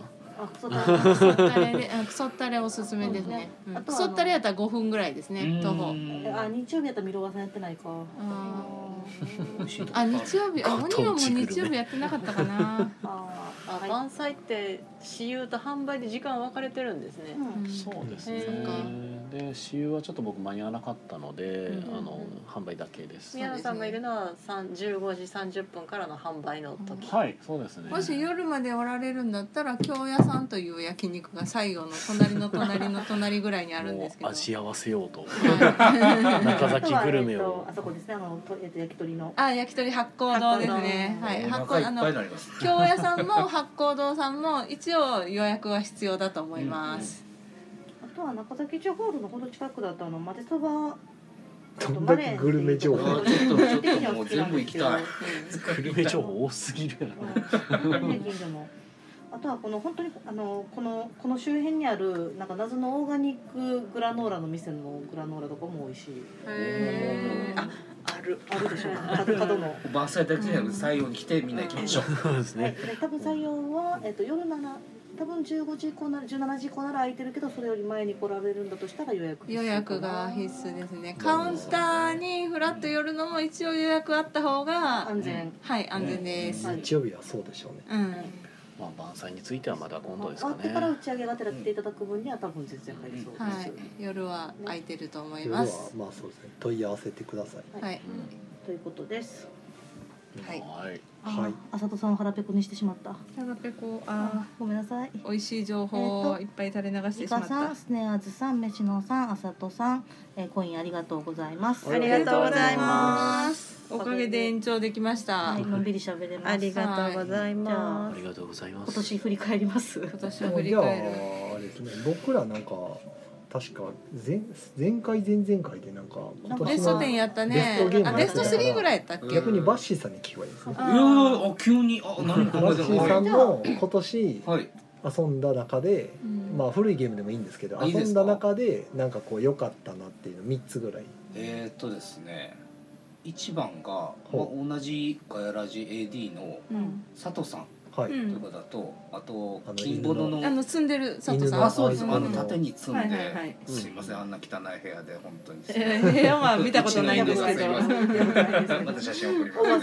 クソったれおすすめですね。クソったれやったら5分ぐらいですね。徒歩。 日曜日やったらミロワさんやってないか。 日曜日オニオンも日曜日やってなかったかな。 晩祭って私有と販売で時間分かれてるんですね。 そうですね。で私有はちょっと僕間に合わなかったので、販売だけです。 宮野さんがいるのは15時30分からの販売の時。 はいそうですね。 もし夜までおられるんだったら京屋さんという焼肉が西洋の隣の隣の隣ぐらいにあるんですけど。 味合わせようと。中崎グルメを。 あそこですね。焼き鳥の。 焼き鳥八甲堂ですね。はい。八甲京屋さんも八甲堂さんも一応予約は必要だと思います。 あとは中崎町ホールのほど近くだった混ぜそば。 どんだけグルメ情報。 ちょっともう全部行きたい。 グルメ情報多すぎるやろ。 近所の。あとはこの本当にこの周辺にあるなんか謎のオーガニックグラノーラの店のグラノーラとかも美味しい。あるでしょう。角の。 晩祭だけじゃなくて採用に来てみんな行きましょう。 そうですね。 多分採用は夜なら多分15時以降なら17時以降なら空いてるけどそれより前に来られるんだとしたら予約が必須ですね。カウンターにフラッと寄るのも一応予約あった方が安全。 はい安全です。 日曜日はそうでしょうね。 まあ晩祭についてはまだ今度ですかね。 終わってから打ち上げがてら来ていただく分には多分全然入りそうです。 はい。夜は空いてると思います。 夜はまあそうですね。問い合わせてください。 はい。 ということです。 はい。 はい。 あさとさんを腹ペコにしてしまった。 腹ペコごめんなさい。 美味しい情報をいっぱい垂れ流してしまった。 さん、スネアーズさん、メシノさん、あさとさん、コインありがとうございます。 ありがとうございます。 おかげで延長できました。 のんびり喋れます。 ありがとうございます。 ありがとうございます。 今年振り返ります。 今年を振り返る。 あれですね。僕らなんか確か前回前々回でなんか今年ベスト10やったね。ベスト3ぐらいやったっけ？ 逆にバッシーさんに聞けばいいですね。 いや急に何かバッシーさんの今年遊んだ中で、まあ古いゲームでもいいんですけど、遊んだ中でなんかこう良かったなっていうの3つぐらい。 ですね。1番が同じガヤラジ AD の佐藤さん。ということだと、あと金ボノの積んでる佐藤さん。 そうです。縦に積んで、すいませんあんな汚い部屋で本当に。 部屋は見たことないんですけど。 また写真送ります。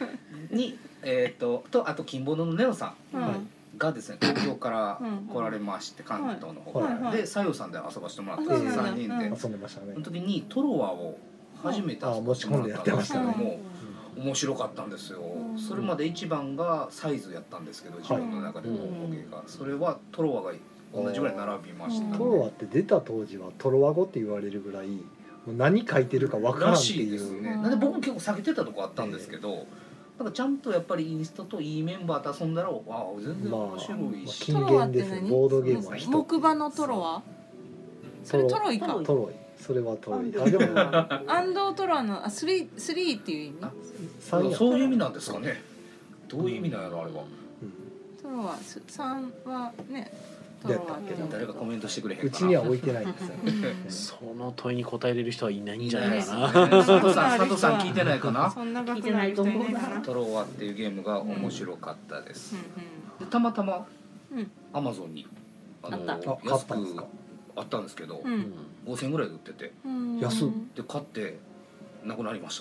にとあと金ボノのネオさんがですね東京から来られまして関東の方からで西洋さんで遊ばせてもらったんです3人で。 遊んでましたね。 その時にトロワを初めて持ち込んでやってましたね。 も面白かったんですよ。それまで1番がサイズやったんですけど自分の中でもそれはトロワが同じぐらい並びました。 トロワって出た当時はトロワ語って言われるぐらいもう何書いてるかわからんっていう。 なんで僕も結構避けてたとこあったんですけど、なんかちゃんとやっぱりインストといいメンバーと遊んだら全然面白いし。 金言ですね。ボードゲームは木馬のトロワ？それトロイか。 トロイ。それはトロイ。 でもアンドトロワの3っていう意味？ そういう意味なんですかね。どういう意味なんやろあれは。 トロワ3はね。 誰かコメントしてくれへんかな。 うちには置いてないんですよ。その問いに答えれる人はいないんじゃないかな。 佐藤さん聞いてないかな。 そんな聞いてないと思うな。 トロワっていうゲームが面白かったです。でたまたまアマゾンに安くあったんですけど、5000円ぐらいで売ってて、 安っで買ってなくなりましたね。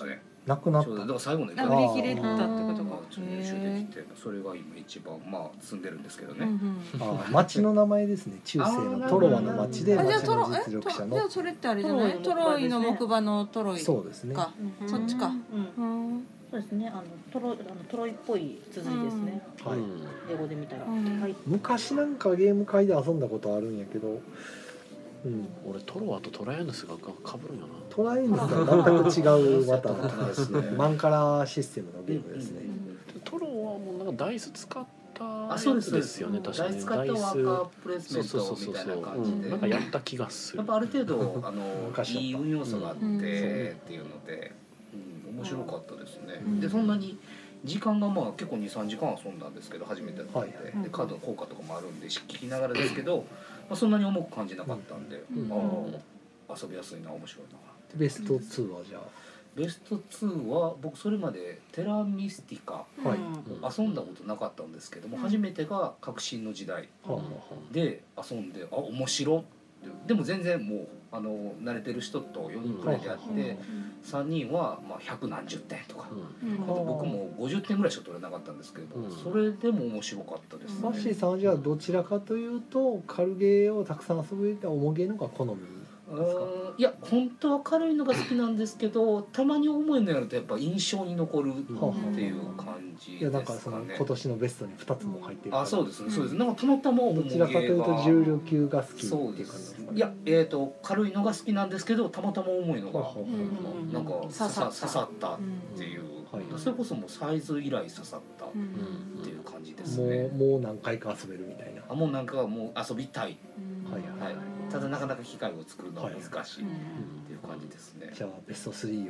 なくなった。 だから最後の売り切れたってことか。 入手できて、それが今一番住んでるんですけどね。 町の名前ですね。中世のトロワの町で町の実力者の。 じゃあそれってあれじゃない？トロイの木馬のトロイ。 そうですね。 そっちか。 そうですね。トロイっぽい綴りですね。 はい。 英語で見たら。 昔なんかゲーム会で遊んだことあるんやけど。 俺トロワとトライアヌスがかぶるんやな。 トライアヌスは全く違うまたマンカラシステムのゲームですね。 トロワもなんかダイス使ったやつでですよね。確かにダイス使ったワーカープレスメントみたいな感じで、 なんかやった気がする。 やっぱある程度いい運要素があってっていうので、面白かったですね。でそんなに時間が結構 2,3 時間遊んだんですけど、初めてだったんで、でカードの効果とかもあるんで聞きながらですけど、そんなに重く感じなかったんで、遊びやすいな、面白いな。 ベスト2はじゃあベスト2は僕それまでテラミスティカ、遊んだことなかったんですけども、初めてが革新の時代で遊んで、面白ってでも全然もう慣れてる人と4人くらいでやって、3人は100何十点とか、僕も50点ぐらいしか取れなかったんですけど、それでも面白かったです。 マッシーさんはじゃあどちらかというと軽ゲーをたくさん遊べた重ゲーのが好みですか？ いや本当は軽いのが好きなんですけど、たまに重いのやるとやっぱ印象に残るっていう感じですかね。 いやなんかその今年のベストに2つも入ってるから。 そうですね、そうです。なんかたまたま重どちらかというと重量級が好きっていう感じですかね。 いや軽いのが好きなんですけど、たまたま重いのがなんか刺さったっていう、それこそもうサイズ以来刺さったっていう感じですね。 もう何回か遊べるみたいな。 もうなんかもう遊びたい。ただなかなか機会を作るのは難しいっていう感じですね。 じゃあベスト3は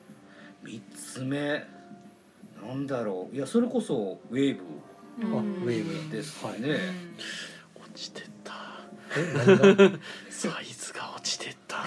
3つ目なんだろう。いやそれこそウェーブですね。 落ちてた。 サイズが落ちてた。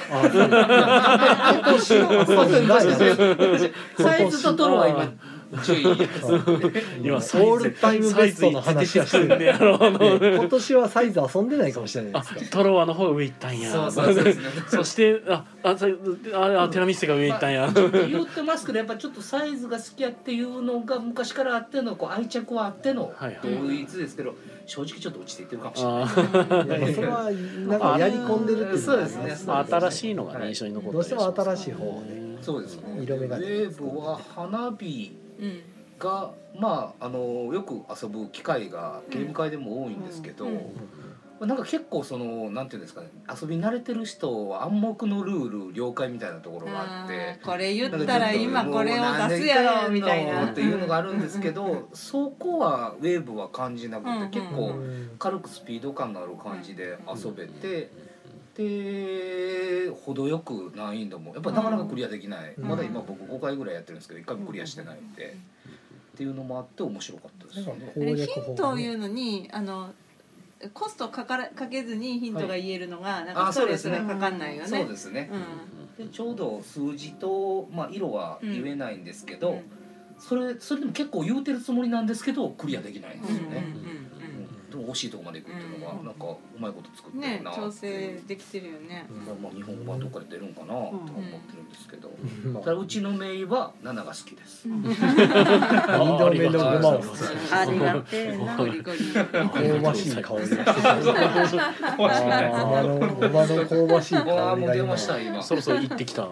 サイズとトロは今注意。 今オールタイムベストの話はしてるんでやろう。今年はサイズ遊んでないかもしれないですか。 トロワの方が上行ったんや。そしてテラミステが上行ったんや。 言ってますけど、やっぱちょっとサイズが好きやっていうのが昔からあっての愛着はあっての同一ですけど、正直ちょっと落ちていってるかもしれない。 それはなんかやり込んでるっていう。 そうですね。 新しいのが印象に残ってる。 どうしても新しい方で。 そうですね。 色目が。 ウェーブは花火がよく遊ぶ機会がゲーム会でも多いんですけど、なんか結構なんていうんですかね、遊び慣れてる人は暗黙のルール了解みたいなところがあって、 これ言ったら今これを出すやろみたいなっていうのがあるんですけど、そこはウェーブは感じなくて、結構軽くスピード感のある感じで遊べて、で程よく難易度もやっぱなかなかクリアできない、まだ今僕5回ぐらいやってるんですけど1回もクリアしてないんで、っていうのもあって面白かったですね。 ヒントを言うのにコストかけずにヒントが言えるのがなんかストレスがかかんないよね。 そうですね。でちょうど数字と色は言えないんですけど、それでも結構言うてるつもりなんですけどクリアできないんですよね。でも惜しいとこまで行くっていうのがなんかうまいこと作ってるな。 調整できてるよね。 日本語版どっかで出るんかなと思ってるんですけど、ただうちのメイは7が好きです。 2度目のごまをありがてえな。 香ばしい香りがしてた。ごまの香ばしい香りが出ました今。 そろそろ行ってきた。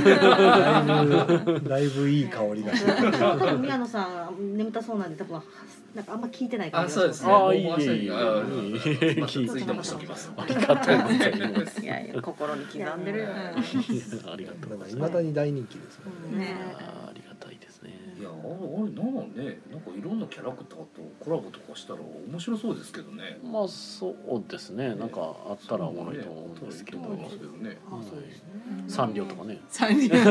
だいぶいい香りがしてた。 宮野さん眠たそうなんで多分なんかあんま聞いてない感じ。 そうですね。 いいついてもしときます。 ありがとう。 いやいや心に刻んでるよ。 ありがとう。 未だに大人気ですもんね。 ありがたいですね。 いやなんかいろんなキャラクターとコラボとかしたら面白そうですけどね。 そうですね。なんかあったらおもろいと思うんですけど。サンリオとかね。 サンリオ。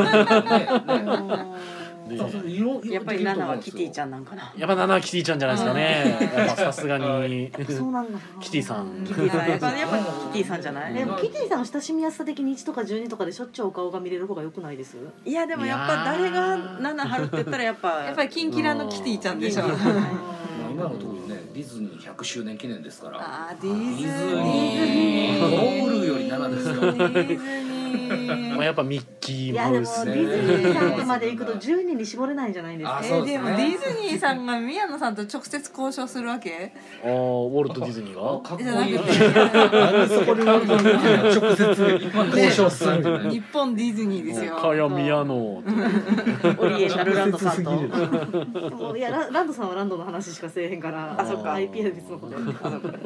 やっぱり7はキティちゃんなんかな。 やっぱ7はキティちゃんじゃないですかね。さすがにそうなんだ。 キティさん。 キティさんやっぱりキティさんじゃない。 でもキティさん親しみやすさ的に1とか12とかでしょっちゅうお顔が見れる方が良くないです？ いやでもやっぱ誰が7張るって言ったらやっぱりキンキラのキティちゃんでしょ。 今のところねディズニー100周年記念ですから。 ディズニー。ゴールより7ですよ。 ディズニー。 まあやっぱミッキーいやでもマウスディズニーさんとまで行くと10人に絞れないんじゃないんですか。 そうですねでもディズニーさんが宮野さんと直接交渉するわけ？ ウォルト・ディズニーがかっこいい。 なんでそこで直接交渉するの？ 日本ディズニーですよ。 かや宮野オリエンタルランドさんと。でもいやランドさんはランドの話しかせえへんから、 あそっか IP は別のことやって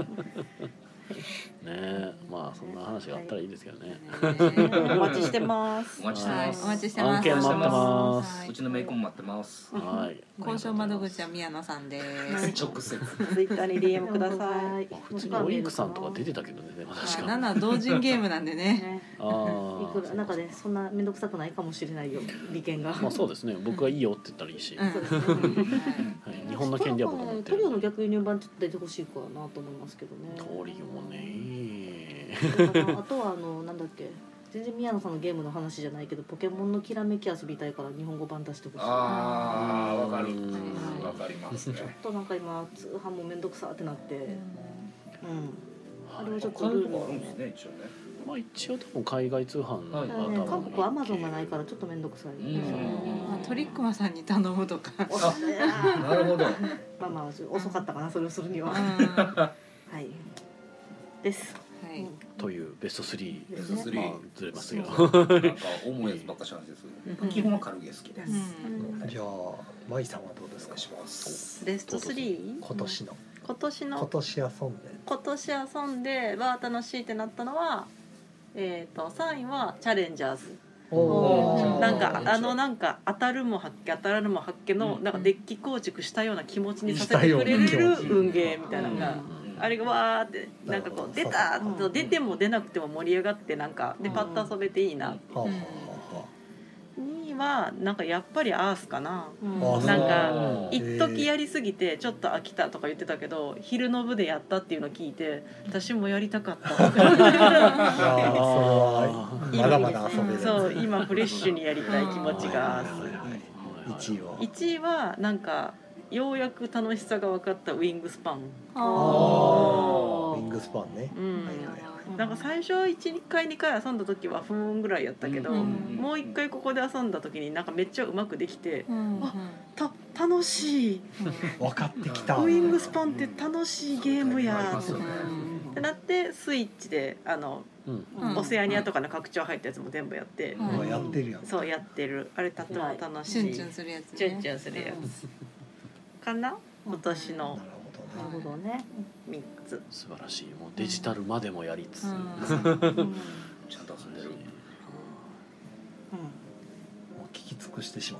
ねえ、まあそんな話があったらいいですけどね。 お待ちしてます。 お待ちしてます。 お待ちしてます。 案件待ってます。 うちのメイコン待ってます。 はい。 交渉窓口は宮野さんです。 直接。 ツイッターに DM ください。 普通にオインクさんとか出てたけどね、でも確か。 7同人ゲームなんでね。 あいくらなんかねそんな面倒くさくないかもしれないよ利権が。 まあそうですね。僕がいいよって言ったらいいし。 そうですね。 日本の権利は僕は持ってる。 トリオの逆輸入版ちょっと出てほしいかなと思いますけどね。 トリオもね。 あとはなんだっけ。全然宮野さんのゲームの話じゃないけどポケモンのきらめき遊びたいから日本語版出してほしい。 ああわかる。わかりますね。 ちょっとなんか今通販もめんどくさってなって、あれはちょっとルールあるんですね一応ね。 まあ一応多分海外通販が多分韓国はアマゾンがないからちょっとめんどくさい。 トリックマさんに頼むとか。 なるほど。 まあまあ遅かったかなそれをするには。はいです。はいというベスト3。 ベスト3。 まあずれますけど。 なんか重いやつばっかしなんですけど、基本は軽ゲー好きです。 じゃあマイさんはどうですか？ ベスト 3？ 今年の今年遊んでは楽しいってなったのは3位はチャレンジャーズ。なんかなんか当たるも発見のなんかデッキ構築したような気持ちにさせてくれる運ゲーみたいなのがあれがわーってなんかこう出たと出ても出なくても盛り上がってなんかでパッと遊べていいなって。2位はなんかやっぱりアースかな。なんか一時やりすぎてちょっと飽きたとか言ってたけど昼の部でやったっていうのを聞いて私もやりたかった。 まだまだ遊べる。 そう今フレッシュにやりたい気持ちが。1位はなんかようやく楽しさが分かったウィングスパン。 ウィングスパンね。 なんか最初1回2回遊んだ時は不運ぐらいやったけど、もう1回ここで遊んだ時になんかめっちゃうまくできて、楽しい、 分かってきた。 ウィングスパンって楽しいゲームやってなってスイッチでオセアニアとかの拡張入ったやつも全部やって、 やってるやん。 そうやってる。あれとっても楽しい。 チュンチュンするやつ。 チュンチュンするやつ。かな？今年の。 なるほどね。 3つ。 素晴らしい。もうデジタルまでもやりつつ、ちゃんと遊んでる。 もう聞き尽くしてしまった。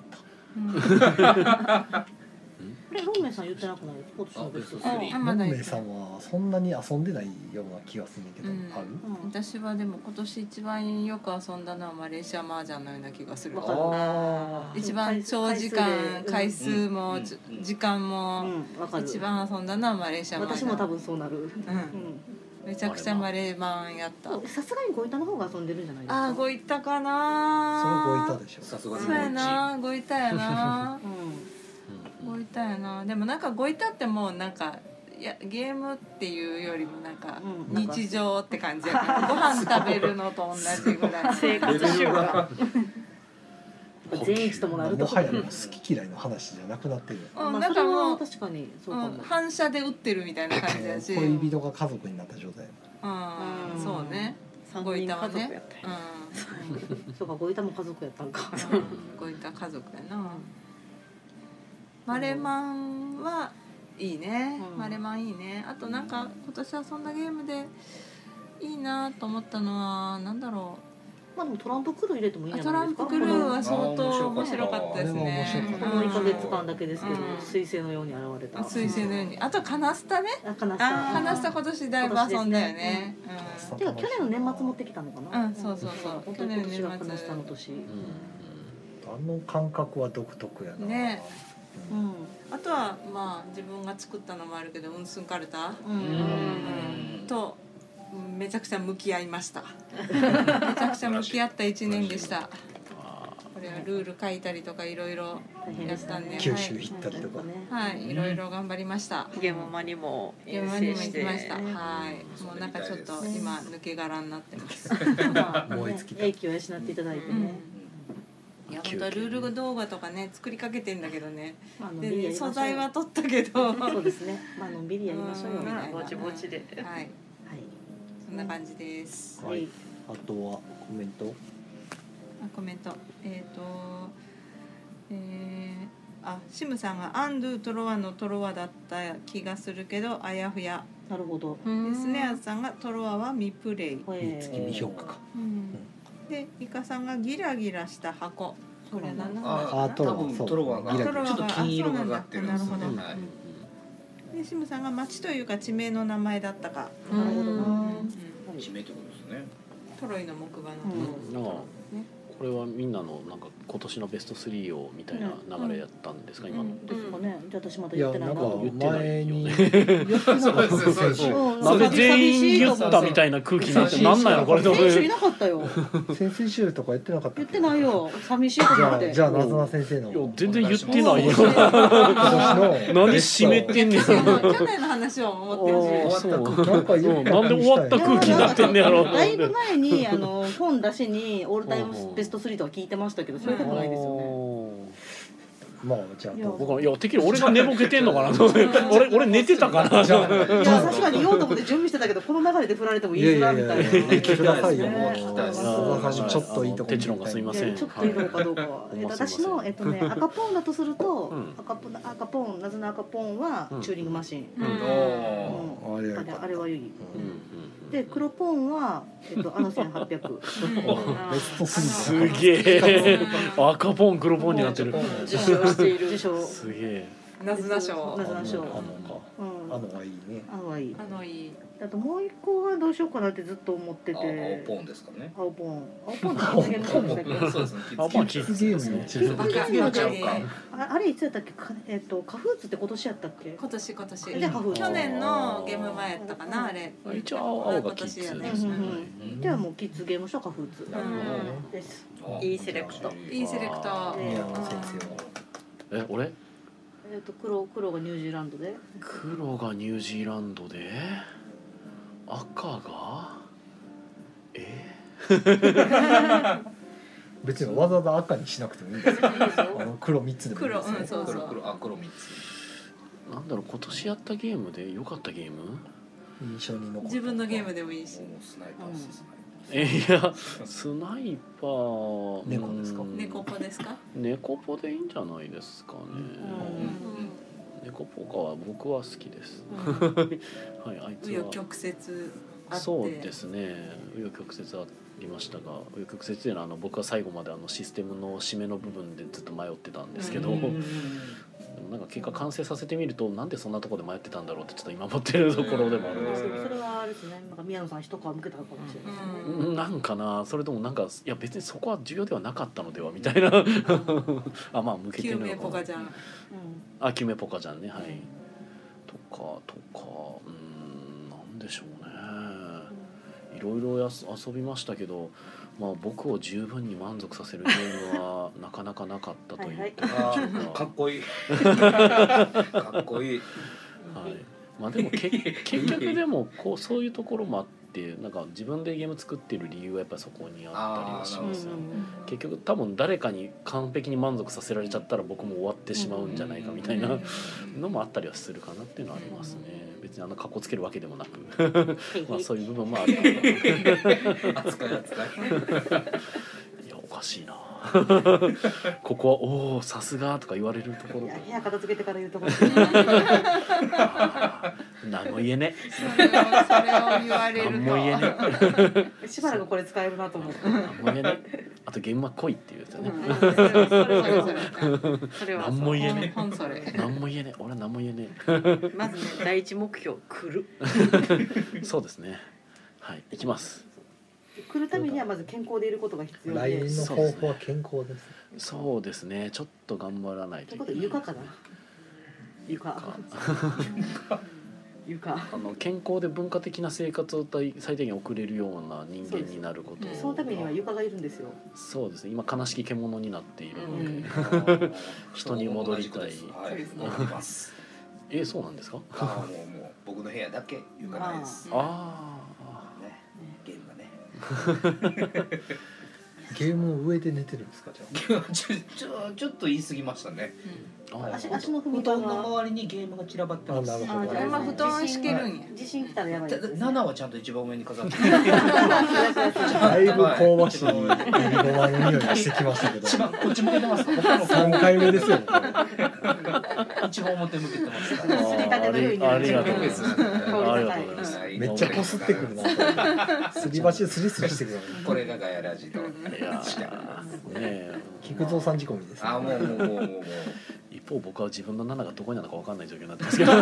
ロンメイさん言ってなくない？今年のベスト3。 ロンメイさんはそんなに遊んでないような気がするけど、ある？ 私はでも今年一番よく遊んだのはマレーシア麻雀のような気がする。一番長時間回数も時間も一番遊んだのはマレーシア麻雀。 私も多分そうなる。 めちゃくちゃマレーマンやった。 さすがにゴイタの方が遊んでるんじゃないですか。 あ、ゴイタかな。 そのゴイタでしょ。さすがに。 そうやな、ゴイタやな。ゴイタやな。でもなんかゴイタってもうなんかゲームっていうよりもなんか日常って感じやから、ご飯食べるのと同じぐらい生活習慣。 全員ともなると。 もはや好き嫌いの話じゃなくなってる。 なんかもう確かにそうかも。 反射で打ってるみたいな感じだし。 恋人が家族になった状態。 そうね。ゴイタはね。 そうか、ゴイタも家族やったんか。 ゴイタ家族やな。マレマンはいいね。マレマンいいね。あとなんか今年遊んだゲームでいいなと思ったのはなんだろう。 まあでもトランプクルー入れてもいいんじゃトないですか。 ランプクルーは相当面白かったですね。 この2ヶ月間だけですけど、彗星のように現れた。 彗星のように。あとカナスタね。 カナスタ今年だいぶ遊んだよね。 てか去年の年末持ってきたのかな。 そうそうそう。 去年の年末カナスタの年。 あの感覚は独特やな。 ね。あとはまあ自分が作ったのもあるけどウンスンカルタとめちゃくちゃ向き合いました。めちゃくちゃ向き合った1年でした。 これはルール書いたりとかいろいろやったんで、 九州行ったりとかはいいろいろ頑張りました。 ゲームマにもゲームマにも行きました。はいもうなんかちょっと今抜け殻になってます。 燃え尽きた英気を養っていただいてね。 いや本当はルール動画とかね作りかけてんだけどね。で素材は取ったけど。 そうですね。まあのんびりやりましょうよ。 ぼちぼちで。 はい。そんな感じです。 はい。あとはコメント。 コメント。シムさんがアンドゥトロワのトロワだった気がするけどあやふや。 なるほど。 でスネアさんがトロワは未プレイ。 未評価か。 でイカさんがギラギラした箱。これは何なの？多分トロワがちょっと金色がかってるんですよね。 でシムさんが町というか地名の名前だったか。 なるほどな。 地名ってことですね。 トロイの木馬の。 これはみんなのなんか今年のベスト3をみたいな流れやったんですか今の。 ですかね。じゃあ私まだ言ってないな。 言ってないよね。 なんで全員言ったみたいな空気になってなんなんやろこれ。 先週いなかったよ。 先々週とか言ってなかった。 言ってないよ。寂しいと思って。 じゃあなずな先生の。 いや全然言ってないよ。何締めてんねん。 去年の話を思ってるし。 なんで終わった空気になってんねやろ。 だいぶ前に本出しにオールタイムベスト3とか聞いてましたけどそれでもないですよね。 まあじゃあ僕はいやてっきり俺が寝ぼけてんのかな俺寝てたかな。 いや確かに言おうと思って準備してたけどこの流れで振られてもいいづらみたいな。 聞きくださいよ。もう聞きたいです。ちょっといいとこ。 テチロンがすみません。 ちょっといいのかどうかは。私の赤ポーンだとすると赤ポーンなぜの赤ポーンはチューリングマシン。あれはいい。で黒ポーンは1800。 すげえ。赤ポーン黒ポーンになってる。 受賞している。受賞。 すげえ。 ナズナ賞。 ナズナ賞。 はいいね。 いい。 あともう一個はどうしようかなってずっと思ってて。 青ポーンですかね。 青ポーンって実現のでしたっけ？ そうですね。 青ポーンキッズゲームのキッズゲームあれいつやったっけ？カフーツって今年やったっけ？ 今年。 でカフーツ。 去年のゲーム前やったかなあれ。 一応青がキッズですね。 ではもうキッズゲームしたカフーツです。 いいセレクト。 いいセレクト。 俺？ 黒がニュージーランドで。 黒がニュージーランドで。赤が別にわざわざ赤にしなくてもいいんですよ。黒3つでもいいですよ。 黒 3つ。 なんだろう今年やったゲームで良かったゲーム？ 印象に残った。 自分のゲームでもいいし。 スナイパーです。 いやスナイパー猫ですか？ 猫ポですか？ 猫ポでいいんじゃないですかね。猫ポカは僕は好きです。はい、あいつは。 紆余曲折あって。 そうですね。紆余曲折ありましたが、紆余曲折というのは僕は最後までシステムの締めの部分でずっと迷ってたんですけど、なんか結果完成させてみるとなんでそんなところで迷ってたんだろうってちょっと今持ってるところでもあるんですけど。 それはあれですね。なんか宮野さん一皮向けたのかもしれないですね。 なんかな、それともなんかいや別にそこは重要ではなかったのではみたいな。あまあ向けてるのかな。 救命ポカじゃん。 あ救命ポカじゃんねはい。とかなんでしょうね。いろいろ遊びましたけど。まあ僕を十分に満足させるゲームはなかなかなかったというかっこいいかっこいい。 はい。まあでも結局でもそういうところもあってなんか自分でゲーム作ってる理由はやっぱりそこにあったりはしますよね。結局多分誰かに完璧に満足させられちゃったら僕も終わってしまうんじゃないかみたいなのもあったりはするかなっていうのはありますね。別にカッコつけるわけでもなくまあそういう部分もあるかな。 扱いいやおかしいな。ここはおおさすがとか言われるところ。 部屋片付けてから言うところ。 何も言えね。 それを言われると。 何も言えね。 しばらくこれ使えるなと思って。 何も言えね。あと現場来いっていうやつよね。何も言えね。何も言えね。俺は何も言えね。 まずね第一目標来る。 そうですね。はい行きます。 来るためにはまず健康でいることが必要で。 来年の方法は健康です。 そうですね。ちょっと頑張らないといけない。 ということ床かな。床。 健康で文化的な生活を最低限送れるような人間になること。 そのためには床がいるんですよ。 そうですね。今悲しき獣になっているので、人に戻りたい。そうなんですか？ もう僕の部屋だけ床ないです。ゲームがね。 ゲーム上で寝てるんですか？じゃあちょっと言い過ぎましたね。 足の踏み布団の周りにゲームが散らばってます。 布団敷けるんや。 地震来たらやばい。 7はちゃんと一番上に飾ってる。 だいぶ香ばしい入りごまの匂いがしてきましたけど。 こっち向けてますか ？3回目ですよ。 一番表向けてます。 ありがとうございます。 めっちゃこすってくるな。すり鉢スリスリしてくる。 これがガヤラジの。 菊蔵さん仕込みです。 もう。 一方僕は自分の7がどこにあるのか分かんない状況になってますけど。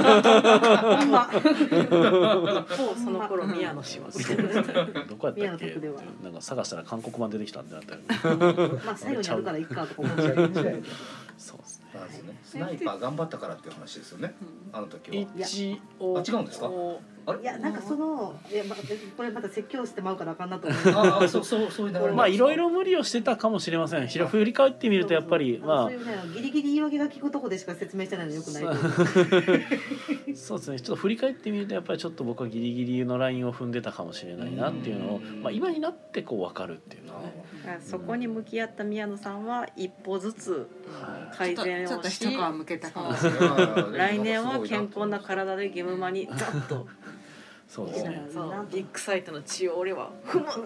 一方その頃宮野氏はどこやったっけ？なんか探したら韓国版出てきたんでなったよ。 まあ最後にあるからいいかとか思っちゃう。 そうですね。 スナイパー頑張ったからっていう話ですよね。あの時は。 一応違うんですか？ いやなんかこれまた説教してまうからあかんなと思う。そういう流れ。 まあいろいろ無理をしてたかもしれません。振り返ってみるとやっぱりまあギリギリ言い訳が聞くとこでしか説明してないのよくない。 そうですね。ちょっと振り返ってみるとやっぱりちょっと僕はギリギリのラインを踏んでたかもしれないなっていうのをまあ今になってこう分かるっていうのね。 そこに向き合った宮野さんは一歩ずつ改善をし、来年は健康な体でゲームマにざっと。 そうですね。 ビッグサイトの血を俺は踏む。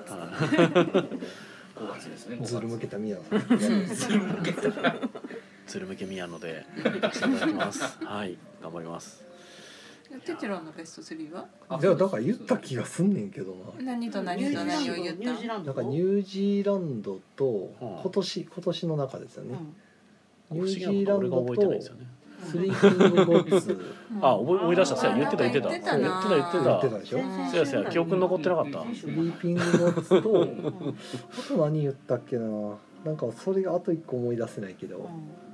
ずる向けた宮野さん。 ずる向け宮野で行かせていただきます。はい、頑張ります。 テチロンのベスト3は？ じゃあだから言った気がすんねんけどな。 何と何と何を言った？ なんかニュージーランドと今年の中ですよね。ニュージーランドとスリーピングゴッツ。 思い出した。言ってた。 言ってたでしょ。 そうや記憶に残ってなかった。 スリーピングゴッツとあと何言ったっけな。なんかそれがあと一個思い出せないけど。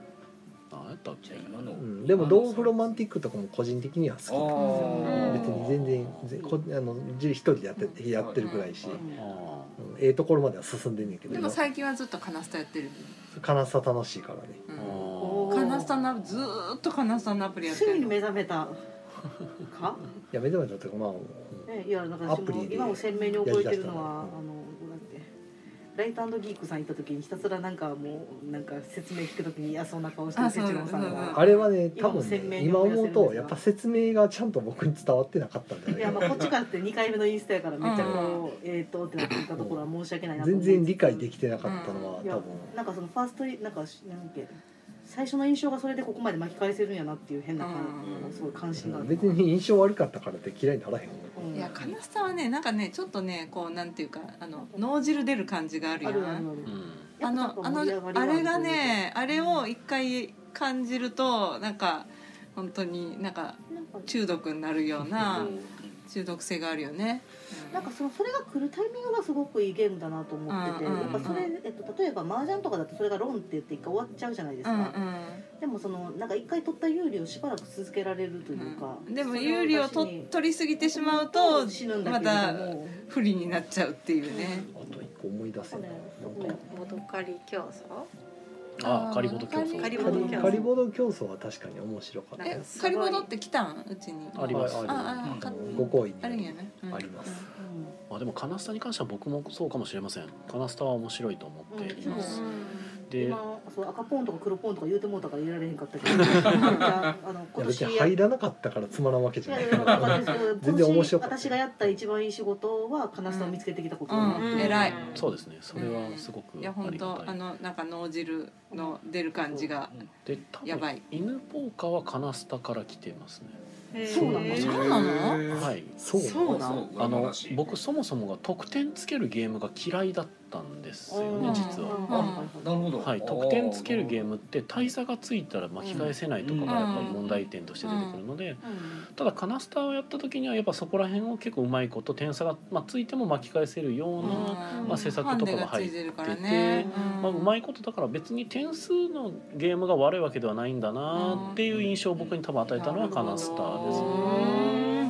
でもローフロマンティックとかも個人的には好き。別に全然一人でやってるぐらいし、ところまでは進んでんねんけど。 でも最近はずっとカナスタやってる。 カナスタ楽しいからね。 カナスタのずーっとカナスタのアプリやってる。 ついに目覚めた。か？ いや目覚めたっていうかまあ。 いやなんか今も鮮明に覚えてるのはライト&ギークさん行った時にひたすらなんかもうなんか説明聞く時に嫌そうな顔してるテチロンさんがあれはね多分ね今思うとやっぱ説明がちゃんと僕に伝わってなかったんだよね。 いやまあこっちからって2回目のインスタやからめっちゃこうってなっていたところは申し訳ないなと思全然理解できてなかったのは多分なんかそのファーストなんか最初の印象がそれでここまで巻き返せるんやなっていう変なすごい関心がある。 別に印象悪かったからって嫌いにならへん。 いやカナスタはねなんかねちょっとねこうなんていうか脳汁出る感じがあるやん。あれがねあれを一回感じるとなんか本当になんか中毒になるような中毒性があるよね。 なんかそれが来るタイミングがすごくいいゲームだなと思ってて、やっぱそれ例えば麻雀とかだとそれがロンって言って一回終わっちゃうじゃないですか。でもなんか一回取った有利をしばらく続けられるというか。 でも有利を取りすぎてしまうとまた不利になっちゃうっていうね。 あと一個思い出せない。 ボドカリ競争？ カリボド競争。 カリボド競争は確かに面白かった。 カリボドって来たんうちに？ あります。 ご好意にあるんやね。 あります。 でもカナスタに関しては僕もそうかもしれません。カナスタは面白いと思っています。 で赤ポンとか黒ポンとか言うてもうたから入れられへんかったけど別に入らなかったからつまらんわけじゃない全然面白かった。私がやった一番いい仕事はカナスタを見つけてきたことなので偉い。 そうですね。それはすごくいや本当なんか脳汁の出る感じがやばい。 犬ポーカーはカナスタから来てますね。 そうなの？ そうなの？ はい。 そうなの？ 僕そもそもが得点つけるゲームが嫌いだったんですよね実は。 なるほど。 はい。得点つけるゲームって大差がついたら巻き返せないとかがやっぱり問題点として出てくるので、ただカナスタをやった時にはやっぱそこら辺を結構うまいこと点差がついても巻き返せるような施策とかが入ってて、うまいことだから別に点数のゲームが悪いわけではないんだなっていう印象を僕に多分与えたのはカナスタですね。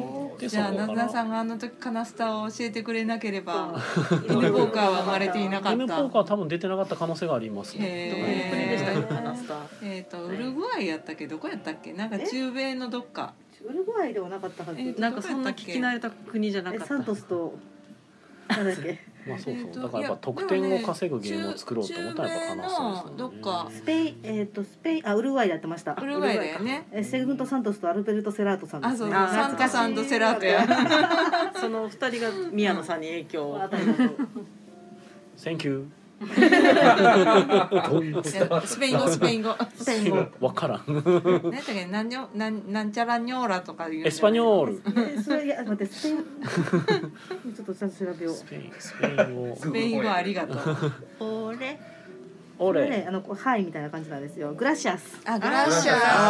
でじゃあなずなさんがあの時カナスタを教えてくれなければ犬ポーカーは生まれていなかった。 犬ポーカーは多分出てなかった可能性がありますね。 どこの国でしたっけカナスタ。 ウルグアイやったっけどこやったっけなんか中米のどっか。 ウルグアイではなかったはず。 なんかそんな聞き慣れた国じゃなかった。 サントスとなんだっけ。 まあそうそうだからやっぱ得点を稼ぐゲームを作ろうと思ったらやっぱカナスタですよね。 どっかスペインウルグアイでやってました。 ウルグアイだよね。 セグント・サントスとアルベルト・セラートさんですね。 サントさんとセラートや。 その二人が宮野さんに影響を。 Thank you。 スペイン語わからん。 何だっけなんちゃらニョーラとか言う。 エスパニョール。 それいや待ってスペインちょっとちゃんと調べよう。 スペイン語ありがとう。 オレはいみたいな感じなんですよ。グラシアス。 グラシ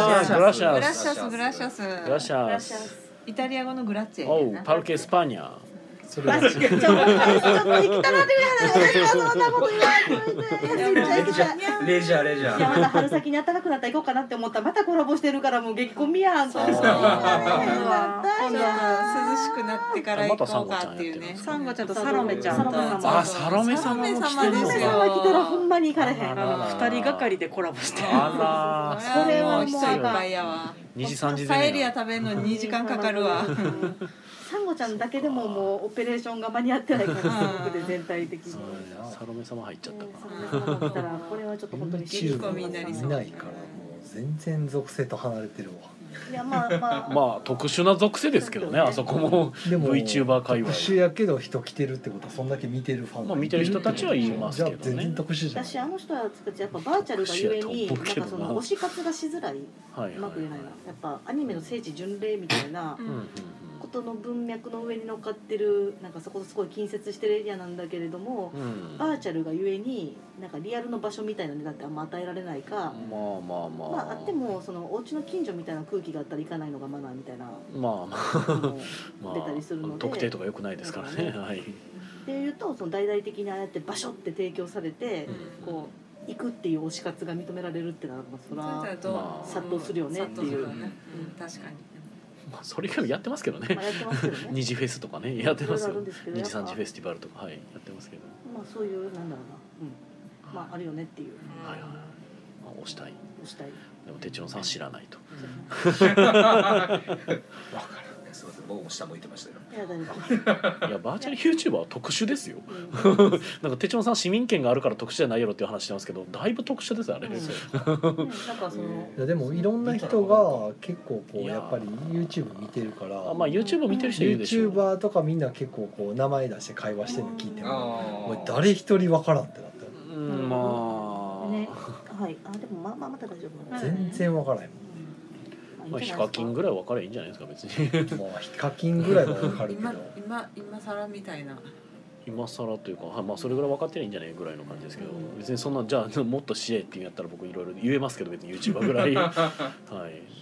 ャス。イタリア語のグラッチェ。 おうパルケスパニャ。 ちょっと行きたなって言われてそんなこと言われてレジャーいやまた春先に暖かくなったら行こうかなって思ったらまたコラボしてるからもう激混みやん。 そう今度は涼しくなってから行こうかっていうね。 サンゴちゃんとサロメちゃんとサロメ様も来てるの。 サロメ様来たらほんまに行かれへん。 二人がかりでコラボして。 それはもう人いっぱいやわ。 2時3時パエリア食べるのに2時間かかるわ。 サンゴちゃんだけでももうオペレーションが間に合ってないからすごくで全体的に。 サロメ様入っちゃったかサロメ様来たらこれはちょっと本当に激混みになりそう。いないからもう全然属性と離れてるわ。 いやまあ特殊な属性ですけどねあそこも VTuber 界隈。 特殊やけど人来てるってことはそんだけ見てるファンが見てる人たちは言いますけどね。 全然特殊じゃない。 私あの人はやっぱバーチャルがゆえになんかその推し活がしづらい。うまく言えないな。やっぱアニメの聖地巡礼みたいなことの文脈の上に乗っかってるなんかそこすごい近接してるエリアなんだけれども、バーチャルがゆえになんかリアルの場所みたいなのだってあんま与えられないか、まああってもそのお家の近所みたいな空気があったら行かないのがマナーみたいな出たりするので、 特定とか良くないですからね。はい。 っていうとその大々的にああやって場所って提供されてこう行くっていう推し活が認められるってのはそら殺到するよねっていう。 確かに。 それ以外もやってますけどね。二次フェスとかねやってますよ。二次三次フェスティバルとかはいやってますけど。 まあそういうなんだろうな、まああるよねっていう。 はいはい。推したい。 推したい。 でも哲郎さん知らないと。 わかる。すみません、僕も下向いてましたよ。 いやバーチャル YouTuber は特殊ですよ。なんか哲郎さん市民権があるから特殊じゃないやろっていう話してますけど、だいぶ特殊ですあれ。なんかそのでもいろんな人が結構こうやっぱり YouTube 見てるから、 まあ YouTube 見てる人いるでしょ。 YouTuber とかみんな結構こう名前出して会話してるの聞いても、誰一人わからんってなった。 まあ。 ね、はい。でもまた大丈夫。 全然わからへんもん。 まあヒカキンぐらい分かればいいんじゃないですか別に。 まあヒカキンぐらいは分かるけど。 今更みたいな。 今更というか、まあそれぐらい分かってりゃいいんじゃないぐらいの感じですけど、別にそんなじゃあもっとしえってやったら僕いろいろ言えますけど別に YouTuber ぐらい。はい。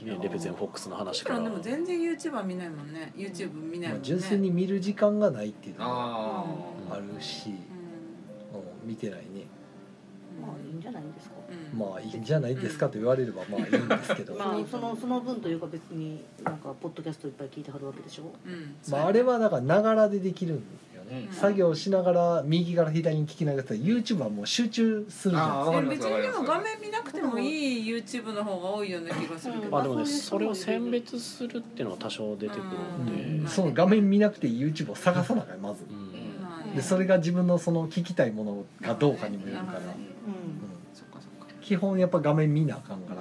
ねレペゼンフォックスの話から。 でも全然 YouTuber 見ないもんね。YouTube 見ないもんね。 純粋に見る時間がないっていうのがあるし、見てないね。 まあいいんじゃないですか。 まあいいんじゃないですかと言われればまあいいんですけど、 その分というか別になんかポッドキャストいっぱい聞いてはるわけでしょ。 まああれはだからながらでできるんですよね。作業しながら右から左に聞きながら YouTube はもう集中するじゃないですか。別にでも画面見なくてもいい YouTube の方が多いような気がするけど。 まあでもねそれを選別するっていうのは多少出てくるんで、 その画面見なくて YouTube を探さなきゃまず。でそれが自分のその聞きたいものかどうかにもよるから。基本やっぱ画面見なあかんから。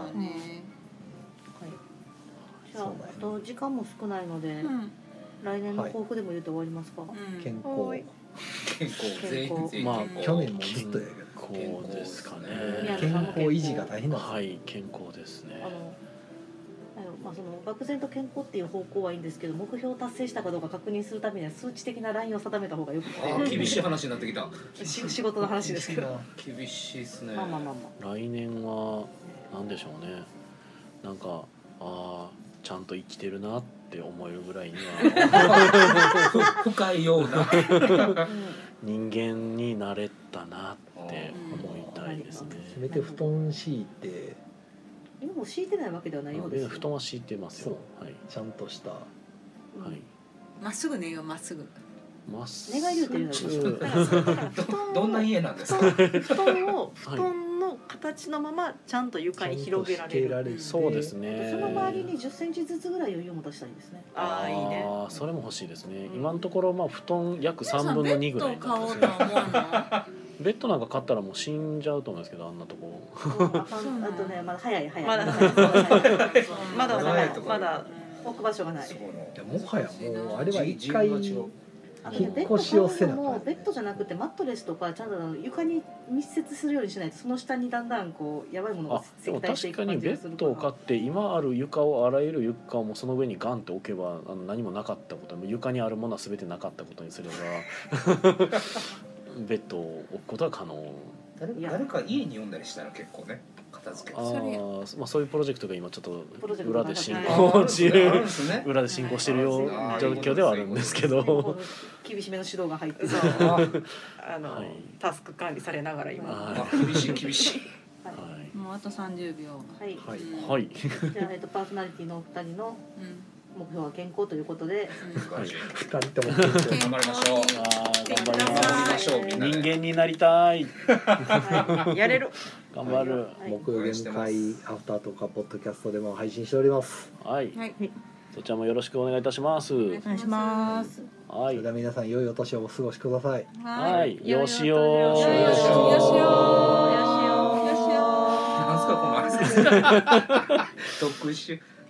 じゃああと時間も少ないので、来年の抱負でも言って終わりますか。 健康。まあ去年もずっとやけど。 健康ですかね。 健康維持が大変なんです。 はい、健康ですね。 まあその漠然と健康っていう方向はいいんですけど、目標を達成したかどうか確認するためには数値的なラインを定めた方がよくて。 厳しい話になってきた。 仕事の話ですけど。 厳しいですね。 まあ。 来年はなんでしょうね。なんかちゃんと生きてるなって思えるぐらいには深いような人間になれたなって思いたいですね。 せめて布団敷いて。 今も敷いてないわけではないようです。 布団は敷いてますよ。はい。 ちゃんとした。 はい。 まっすぐ寝ようまっすぐ。 寝返り打ってるのどんな家なんですか。 布団の形のままちゃんと床に広げられる。 そうですね。 その周りに10センチずつぐらい余裕を持たしたいんですね。 ああいいね。 それも欲しいですね。今のところまあ布団約3分の2ぐらいベッド買おうと思うの。 ベッドなんか買ったらもう死んじゃうと思うんですけど、あんなとこ。 あとね、まだ早い。 まだ置く場所がない。 もはやもうあれは一回引っ越しをせなもうベッドじゃなくてマットレスとかちゃんと床に密接するようにしないと、その下にだんだんこうやばいものがでも積載してい確かにベく感じがするッドを買って今ある床をあらゆる床をもうその上にガンって置けば何もなかったこと床にあるものは全てなかったことにすればベッドを置くことは可能。 誰か家に呼んだりしたら結構ね片付けて。 まあそういうプロジェクトが今ちょっと裏で進行中裏で進行してるよう状況ではあるんですけど、 厳しめの指導が入ってタスク管理されながら今厳しい。 もうあと30秒。 はい。 じゃあパーソナリティのお二人の目標は健康ということで、 2人とも頑張りましょう。 頑張りましょう。人間になりたい。 やれる。 頑張る。 木曜ゲーム会アフターとかポッドキャストでも配信しております。 はい。そちらもよろしくお願いいたします。お願いします。 はい。それでは皆さん良いお年をお過ごしください。 はい。よしよ。 よしよ。よしよ。 なんすかこのあれですか。特殊。